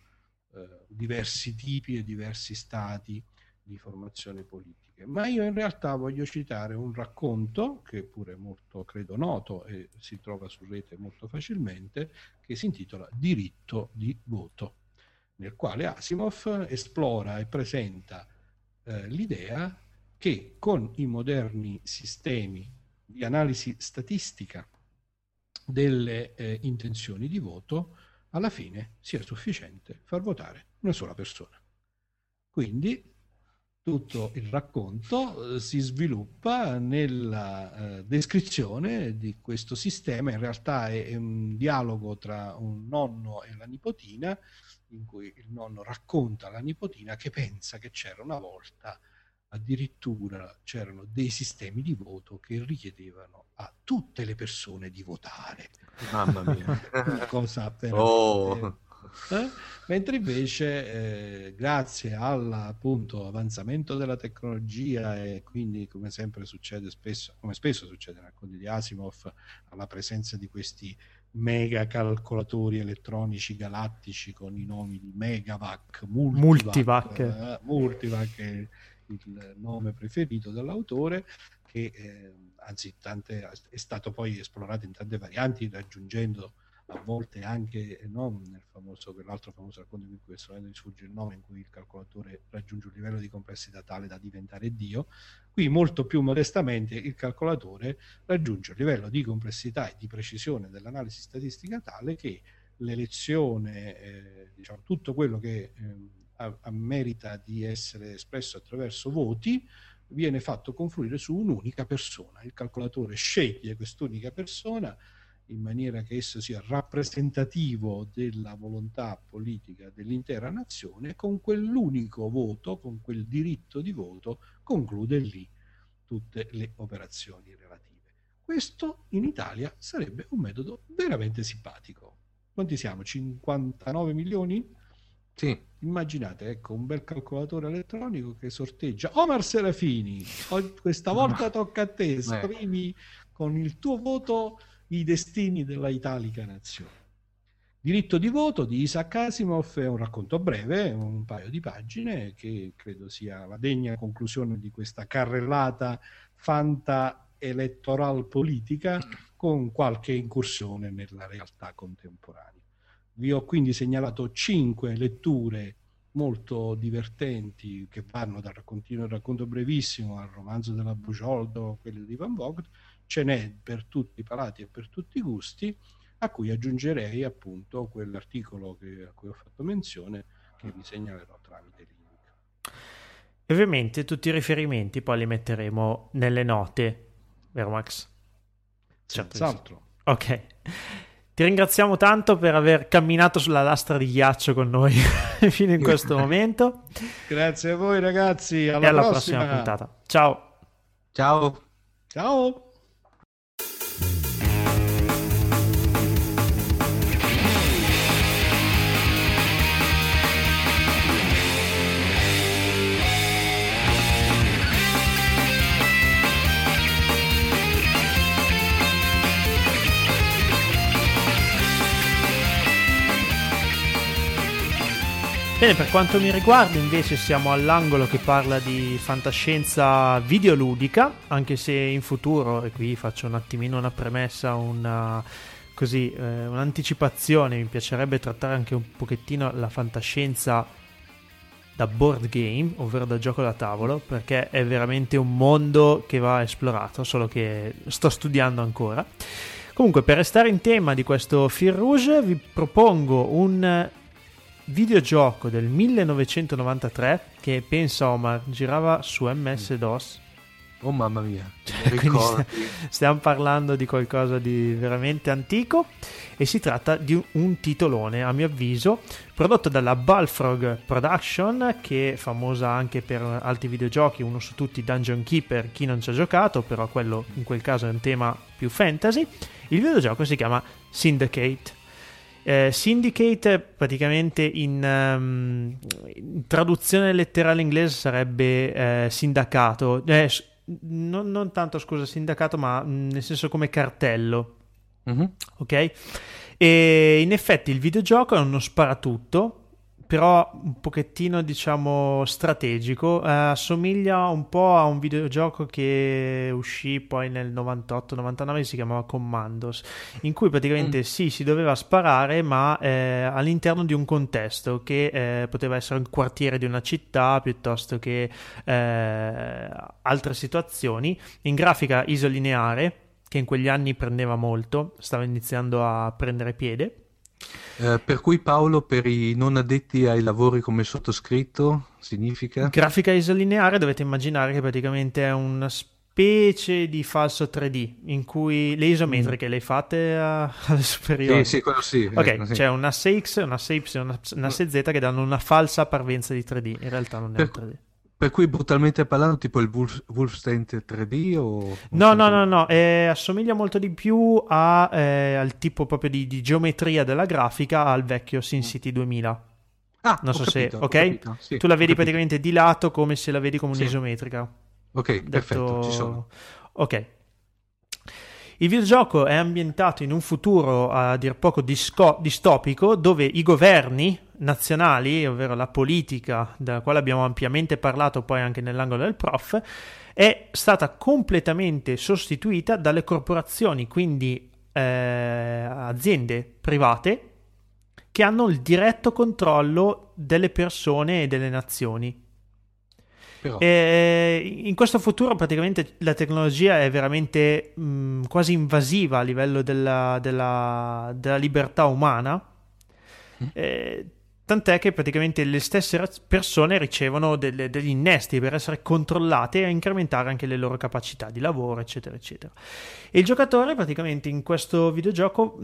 diversi tipi e diversi stati di formazione politiche. Ma io in realtà voglio citare un racconto che pure è molto, credo, noto e si trova su rete molto facilmente, che si intitola Diritto di voto, nel quale Asimov esplora e presenta l'idea che con i moderni sistemi di analisi statistica delle intenzioni di voto alla fine sia sufficiente far votare una sola persona. Quindi tutto il racconto si sviluppa nella descrizione di questo sistema. In realtà è un dialogo tra un nonno e la nipotina, in cui il nonno racconta alla nipotina che pensa che c'era una volta, addirittura c'erano dei sistemi di voto che richiedevano a tutte le persone di votare. Mamma mia. Una cosa veramente... Mentre invece grazie appunto avanzamento della tecnologia e quindi come sempre succede come spesso succede nei racconti di Asimov, alla presenza di questi mega calcolatori elettronici galattici con i nomi di Megavac, Multivac è il nome preferito dell'autore, che anzi è stato poi esplorato in tante varianti, raggiungendo a volte anche quell'altro famoso racconto in cui mi sfugge il nome, in cui il calcolatore raggiunge un livello di complessità tale da diventare Dio. Qui molto più modestamente il calcolatore raggiunge un livello di complessità e di precisione dell'analisi statistica tale che l'elezione, tutto quello che merita di essere espresso attraverso voti viene fatto confluire su un'unica persona. Il calcolatore sceglie quest'unica persona in maniera che esso sia rappresentativo della volontà politica dell'intera nazione, e con quell'unico voto, con quel diritto di voto, conclude lì tutte le operazioni relative. Questo in Italia sarebbe un metodo veramente simpatico. Quanti siamo? 59 milioni? Sì. Immaginate, ecco, un bel calcolatore elettronico che sorteggia Omar Serafini. Questa volta tocca a te, esprimi con il tuo voto i destini della italica nazione. Diritto di voto di Isaac Asimov è un racconto breve, un paio di pagine, che credo sia la degna conclusione di questa carrellata fanta-elettoral politica, con qualche incursione nella realtà contemporanea. Vi ho quindi segnalato 5 letture molto divertenti che vanno dal racconto brevissimo al romanzo della Bugioldo, quello di Van Vogt. Ce n'è per tutti i palati e per tutti i gusti, a cui aggiungerei appunto quell'articolo a cui ho fatto menzione, che vi segnalerò tramite link. E ovviamente tutti i riferimenti poi li metteremo nelle note, vero Max? Senz'altro. Ok. Ti ringraziamo tanto per aver camminato sulla lastra di ghiaccio con noi fino in questo momento. Grazie a voi ragazzi, E alla prossima puntata. Ciao. Ciao. Ciao. Bene, per quanto mi riguarda invece siamo all'angolo che parla di fantascienza videoludica, anche se in futuro, e qui faccio un attimino una premessa, un'anticipazione, mi piacerebbe trattare anche un pochettino la fantascienza da board game, ovvero da gioco da tavolo, perché è veramente un mondo che va esplorato, solo che sto studiando ancora. Comunque, per restare in tema di questo Fil Rouge, vi propongo un videogioco del 1993 che, pensa Omar, girava su MS-DOS. Oh mamma mia, Quindi stiamo parlando di qualcosa di veramente antico, e si tratta di un titolone, a mio avviso, prodotto dalla Bullfrog Production, che è famosa anche per altri videogiochi, uno su tutti Dungeon Keeper, chi non ci ha giocato, però quello in quel caso è un tema più fantasy. Il videogioco si chiama Syndicate. Syndicate praticamente in traduzione letterale inglese sarebbe sindacato, non tanto, scusa, sindacato, ma nel senso come cartello. Ok? E in effetti il videogioco è uno sparatutto, però un pochettino, diciamo, strategico. Assomiglia un po' a un videogioco che uscì poi nel 98-99, si chiamava Commandos, in cui praticamente sì, si doveva sparare, ma all'interno di un contesto che poteva essere un quartiere di una città, piuttosto che altre situazioni, in grafica isolineare, che in quegli anni prendeva molto, stava iniziando a prendere piede. Per cui Paolo, per i non addetti ai lavori come sottoscritto, significa? Grafica isolineare dovete immaginare che praticamente è una specie di falso 3D, in cui le isometriche le fate alle superiori. Sì, quello sì. Ok, sì. c'è una 6X, una 6Y e una 6Z che danno una falsa parvenza di 3D, in realtà non è un 3D. Per cui, brutalmente parlando, tipo il Wolfenstein 3D o... No, assomiglia molto di più al tipo proprio di geometria della grafica al vecchio SimCity 2000. Non so se... Ok? Sì, tu la vedi praticamente di lato, come se la vedi come un'isometrica. Ok, perfetto, ci sono. Ok. Il videogioco è ambientato in un futuro a dir poco distopico, dove i governi nazionali, ovvero la politica, della quale abbiamo ampiamente parlato poi anche nell'angolo del prof, è stata completamente sostituita dalle corporazioni, quindi aziende private che hanno il diretto controllo delle persone e delle nazioni. In questo futuro praticamente la tecnologia è veramente quasi invasiva a livello della libertà umana, tant'è che praticamente le stesse persone ricevono degli innesti per essere controllate e incrementare anche le loro capacità di lavoro, eccetera eccetera. E il giocatore praticamente in questo videogioco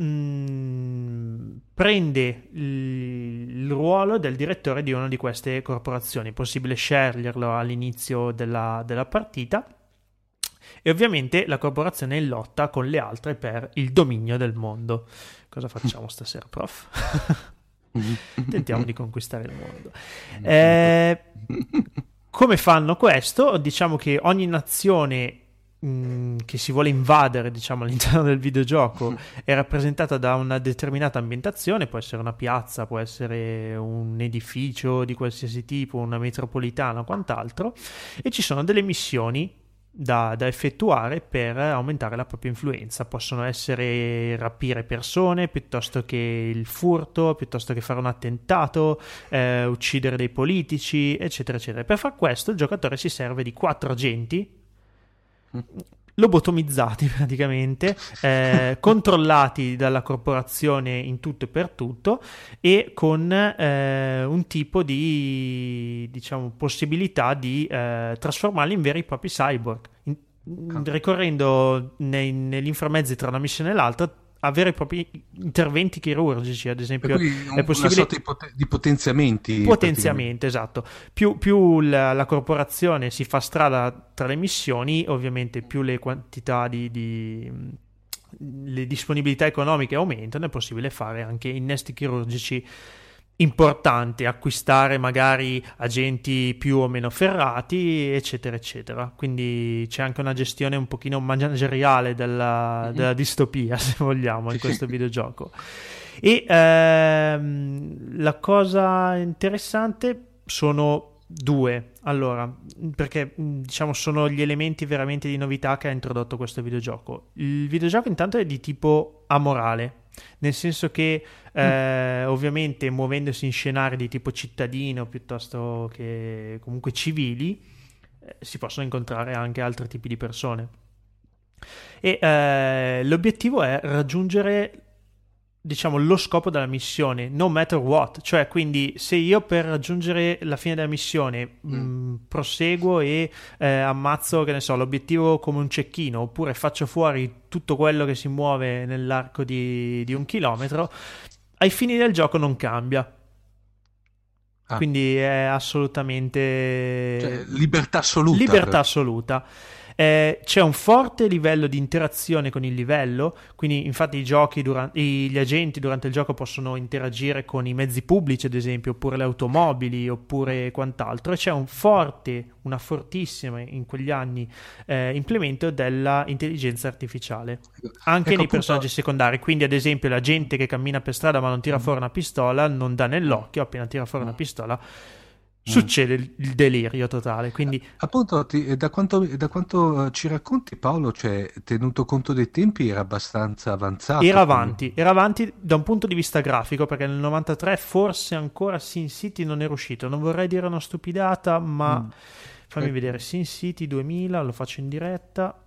prende il ruolo del direttore di una di queste corporazioni. È possibile sceglierlo all'inizio della partita, e ovviamente la corporazione è in lotta con le altre per il dominio del mondo. Cosa facciamo stasera, prof? Tentiamo di conquistare il mondo. Come fanno questo? Diciamo che ogni nazione che si vuole invadere, diciamo, all'interno del videogioco è rappresentata da una determinata ambientazione, può essere una piazza, può essere un edificio di qualsiasi tipo, una metropolitana o quant'altro, e ci sono delle missioni da effettuare per aumentare la propria influenza. Possono essere rapire persone, piuttosto che il furto, piuttosto che fare un attentato, uccidere dei politici, eccetera eccetera. Per far questo il giocatore si serve di 4 agenti. lobotomizzati praticamente, controllati dalla corporazione in tutto e per tutto, e con un tipo di, diciamo, possibilità di trasformarli in veri e propri cyborg, ricorrendo negli inframezzi tra una missione e l'altra a veri e propri interventi chirurgici, ad esempio. È possibile... una sorta di potenziamenti. Potenziamento, esatto. Più la corporazione si fa strada tra le missioni, ovviamente più le quantità le disponibilità economiche aumentano, è possibile fare anche innesti chirurgici importanti, acquistare magari agenti più o meno ferrati, eccetera eccetera. Quindi c'è anche una gestione un pochino manageriale della distopia, se vogliamo, in questo videogioco. E la cosa interessante sono due, allora, perché diciamo sono gli elementi veramente di novità che ha introdotto questo videogioco. Il videogioco intanto è di tipo amorale, nel senso che ovviamente muovendosi in scenari di tipo cittadino piuttosto che comunque civili, si possono incontrare anche altri tipi di persone, e l'obiettivo è raggiungere, diciamo, lo scopo della missione, no matter what. Cioè, quindi se io per raggiungere la fine della missione proseguo e ammazzo, che ne so, l'obiettivo come un cecchino, oppure faccio fuori tutto quello che si muove nell'arco di 1 chilometro, ai fini del gioco non cambia. Quindi è assolutamente, cioè, libertà assoluta. Libertà assoluta. C'è un forte livello di interazione con il livello, quindi infatti gli agenti durante il gioco possono interagire con i mezzi pubblici, ad esempio, oppure le automobili, oppure quant'altro, e c'è una fortissima in quegli anni implemento della intelligenza artificiale anche nei personaggi secondari. Quindi ad esempio la gente che cammina per strada ma non tira fuori una pistola non dà nell'occhio, appena tira fuori una pistola succede il delirio totale. Quindi appunto, da quanto ci racconti, Paolo, cioè, tenuto conto dei tempi, era abbastanza avanzato. Era avanti da un punto di vista grafico, perché nel 93 forse ancora Sin City non era uscito, non vorrei dire una stupidata, ma fammi vedere. Sin City 2000, lo faccio in diretta,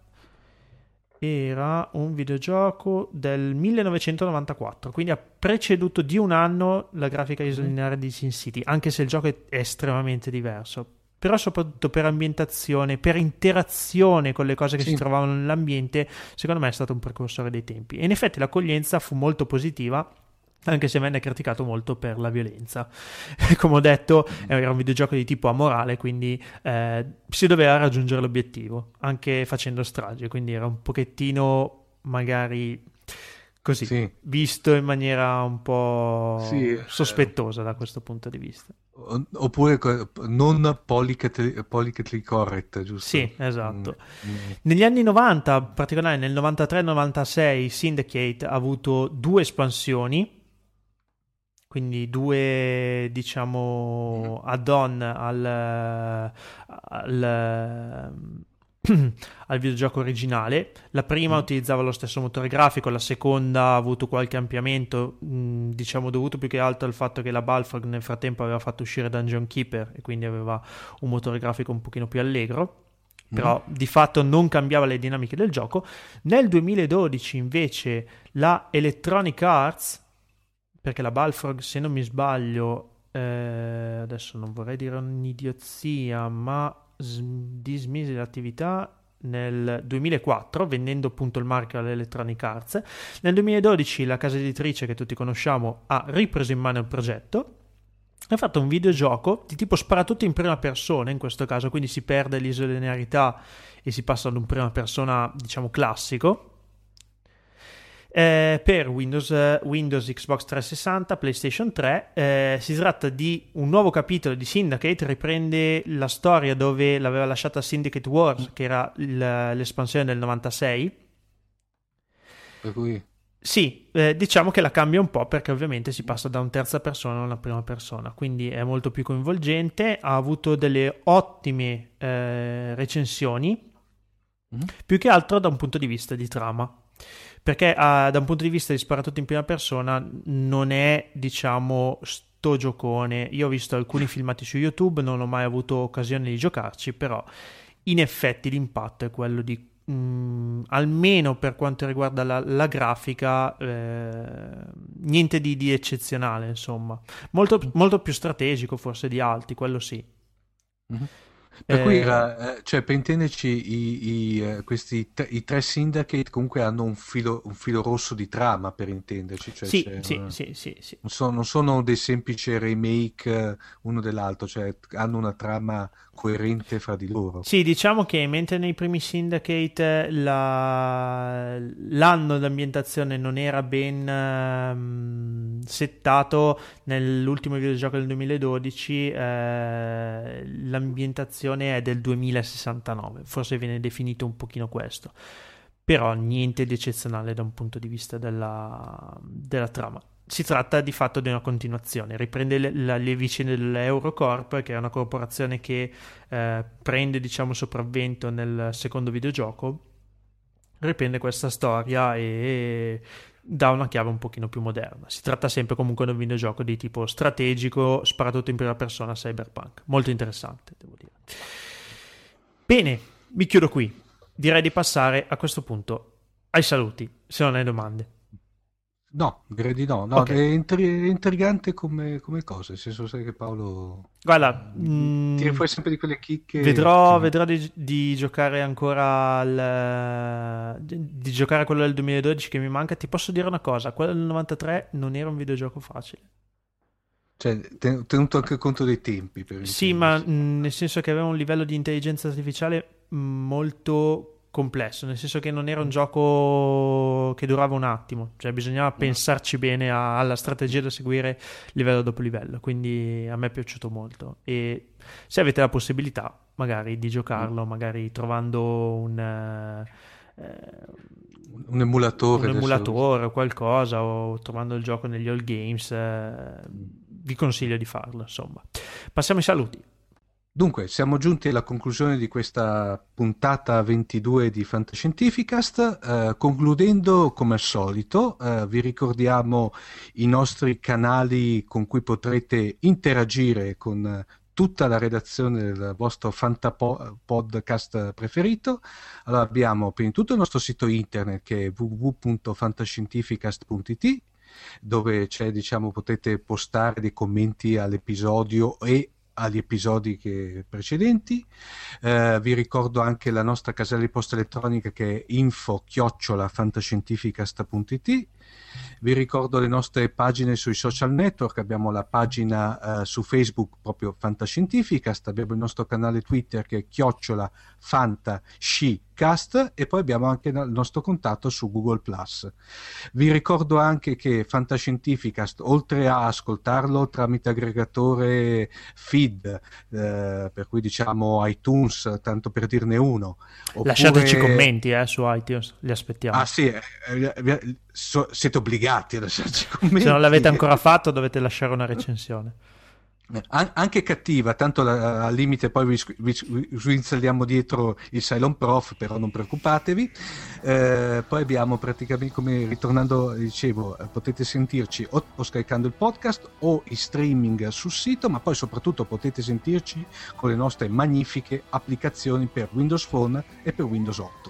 era un videogioco del 1994, quindi ha preceduto di un anno la grafica isolineare di Sin City, anche se il gioco è estremamente diverso, però soprattutto per ambientazione, per interazione con le cose che si trovavano nell'ambiente, secondo me è stato un precursore dei tempi, e in effetti l'accoglienza fu molto positiva, anche se venne criticato molto per la violenza. Come ho detto, era un videogioco di tipo amorale, quindi si doveva raggiungere l'obiettivo anche facendo strage, quindi era un pochettino magari così, visto in maniera un po' sospettosa da questo punto di vista. Oppure non politically correct, giusto? Sì, esatto. Negli anni 90, in particolare nel 93-96, Syndicate ha avuto 2 espansioni, quindi 2, diciamo, add-on al videogioco originale. La prima utilizzava lo stesso motore grafico, la seconda ha avuto qualche ampliamento, diciamo dovuto più che altro al fatto che la Balfrog nel frattempo aveva fatto uscire Dungeon Keeper e quindi aveva un motore grafico un pochino più allegro, però di fatto non cambiava le dinamiche del gioco. Nel 2012 invece la Electronic Arts, perché la Balfrog, se non mi sbaglio, adesso non vorrei dire un'idiozia, ma dismise l'attività nel 2004, vendendo appunto il marchio all'Electronic Arts. Nel 2012 la casa editrice che tutti conosciamo ha ripreso in mano il progetto, ha fatto un videogioco di tipo sparatutto in prima persona in questo caso, quindi si perde l'isolinearità e si passa ad un prima persona, diciamo, classico, per Windows, Xbox 360, PlayStation 3. Si tratta di un nuovo capitolo di Syndicate, riprende la storia dove l'aveva lasciata Syndicate Wars, che era l'espansione del 96. Per cui sì, diciamo che la cambia un po', perché ovviamente si passa da un terza persona a una prima persona, quindi è molto più coinvolgente. Ha avuto delle ottime recensioni, più che altro da un punto di vista di trama, perché da un punto di vista di sparatutto in prima persona non è, diciamo, sto giocone. Io ho visto alcuni filmati su YouTube, non ho mai avuto occasione di giocarci, però in effetti l'impatto è quello di almeno per quanto riguarda la grafica, niente di eccezionale, insomma. Molto più strategico forse di altri, quello sì. Mhm. Per cui cioè, per intenderci, i tre Syndicate comunque hanno un filo rosso di trama, per intenderci. Cioè Sì. non sono dei semplici remake uno dell'altro, cioè hanno una trama coerente fra di loro. Sì, diciamo che mentre nei primi Syndicate l'anno d'ambientazione non era ben settato, nell'ultimo videogioco del 2012 l'ambientazione è del 2069, forse viene definito un pochino questo, però niente di eccezionale da un punto di vista della trama. Si tratta di fatto di una continuazione, riprende le vicende dell'Eurocorp, che è una corporazione che prende, diciamo, sopravvento nel secondo videogioco, riprende questa storia e dà una chiave un pochino più moderna. Si tratta sempre comunque di un videogioco di tipo strategico, sparatutto in prima persona, cyberpunk, molto interessante, devo dire. Bene, mi chiudo qui, direi di passare a questo punto ai saluti, se non hai domande. No, direi di no. Okay. È intrigante come cosa, nel senso, sai che Paolo... Guarda, tiri fuori sempre di quelle chicche. Vedrò di giocare ancora di giocare a quello del 2012 che mi manca. Ti posso dire una cosa, quello del 93 non era un videogioco facile. Cioè, tenuto anche conto dei tempi. Sì, ma nel senso che aveva un livello di intelligenza artificiale molto complesso, nel senso che non era un gioco che durava un attimo, cioè bisognava pensarci bene alla strategia da seguire livello dopo livello, quindi a me è piaciuto molto. E se avete la possibilità magari di giocarlo, magari trovando un emulatore o qualcosa, o trovando il gioco negli All Games, vi consiglio di farlo, insomma. Passiamo ai saluti. Dunque, siamo giunti alla conclusione di questa puntata 22 di Fantascientificast. Concludendo, come al solito, vi ricordiamo i nostri canali con cui potrete interagire con tutta la redazione del vostro Fantapodcast preferito. Allora, abbiamo prima di tutto il nostro sito internet, che è www.fantascientificast.it, dove c'è, diciamo, potete postare dei commenti all'episodio e agli episodi precedenti. Vi ricordo anche la nostra casella di posta elettronica, che è info@fantascientificast.it. Vi ricordo le nostre pagine sui social network. Abbiamo la pagina su Facebook, proprio Fantascientificast, abbiamo il nostro canale Twitter che è @fantascicast, e poi abbiamo anche il nostro contatto su Google+. Vi ricordo anche che Fantascientificast, oltre a ascoltarlo tramite aggregatore feed, per cui diciamo iTunes, tanto per dirne uno, lasciateci commenti su iTunes, li aspettiamo. Ah sì, siete obbligati a lasciarci commenti. Se non l'avete ancora fatto dovete lasciare una recensione, anche cattiva, tanto al limite poi vi installiamo dietro il Cylon Prof, però non preoccupatevi. Poi abbiamo praticamente, come ritornando dicevo, potete sentirci o scaricando il podcast o in streaming sul sito, ma poi soprattutto potete sentirci con le nostre magnifiche applicazioni per Windows Phone e per Windows 8.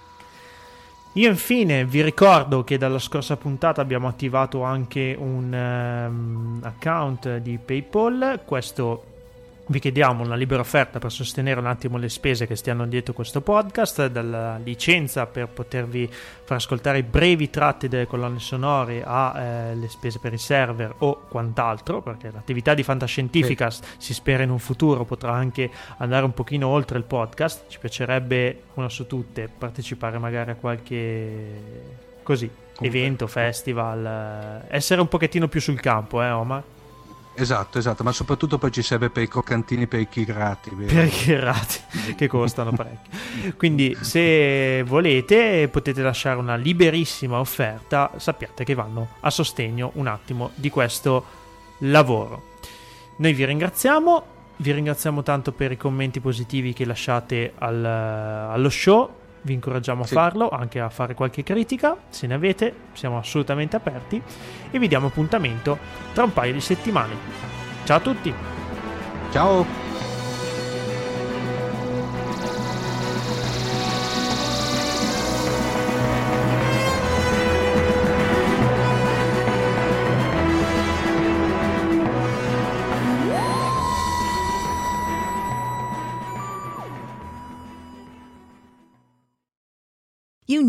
Io infine vi ricordo che dalla scorsa puntata abbiamo attivato anche un account di PayPal. Questo vi chiediamo una libera offerta per sostenere un attimo le spese che stiano dietro questo podcast, dalla licenza per potervi far ascoltare brevi tratti delle colonne sonore le spese per i server o quant'altro, perché l'attività di Fantascientificast si spera in un futuro potrà anche andare un pochino oltre il podcast. Ci piacerebbe, una su tutte, partecipare magari a qualche evento, festival, essere un pochettino più sul campo, Omar? Esatto, ma soprattutto poi ci serve per i croccantini, per i chirati. Per i chirati, che costano parecchio. Quindi se volete potete lasciare una liberissima offerta, sappiate che vanno a sostegno un attimo di questo lavoro. Noi vi ringraziamo tanto per i commenti positivi che lasciate allo show. Vi incoraggiamo a farlo, anche a fare qualche critica, se ne avete, siamo assolutamente aperti, e vi diamo appuntamento tra un paio di settimane. Ciao a tutti! Ciao!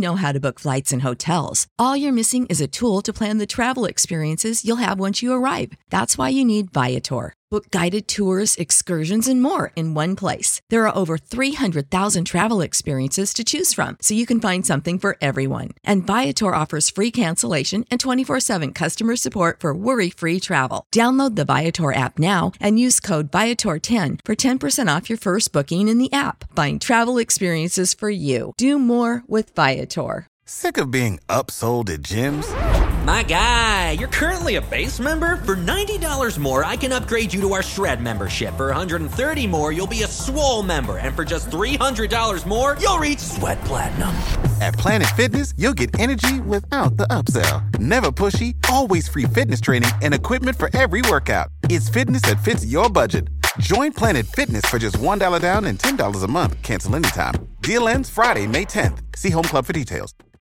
know how to book flights and hotels. All you're missing is a tool to plan the travel experiences you'll have once you arrive. That's why you need Viator. Book guided tours, excursions, and more in one place. There are over 300,000 travel experiences to choose from, so you can find something for everyone. And Viator offers free cancellation and 24/7 customer support for worry-free travel. Download the Viator app now and use code Viator10 for 10% off your first booking in the app. Find travel experiences for you. Do more with Viator. Sick of being upsold at gyms? My guy, you're currently a base member? For $90 more, I can upgrade you to our Shred membership. For $130 more, you'll be a Swole member. And for just $300 more, you'll reach Sweat Platinum. At Planet Fitness, you'll get energy without the upsell. Never pushy, always free fitness training and equipment for every workout. It's fitness that fits your budget. Join Planet Fitness for just $1 down and $10 a month. Cancel anytime. Deal ends Friday, May 10th. See Home Club for details.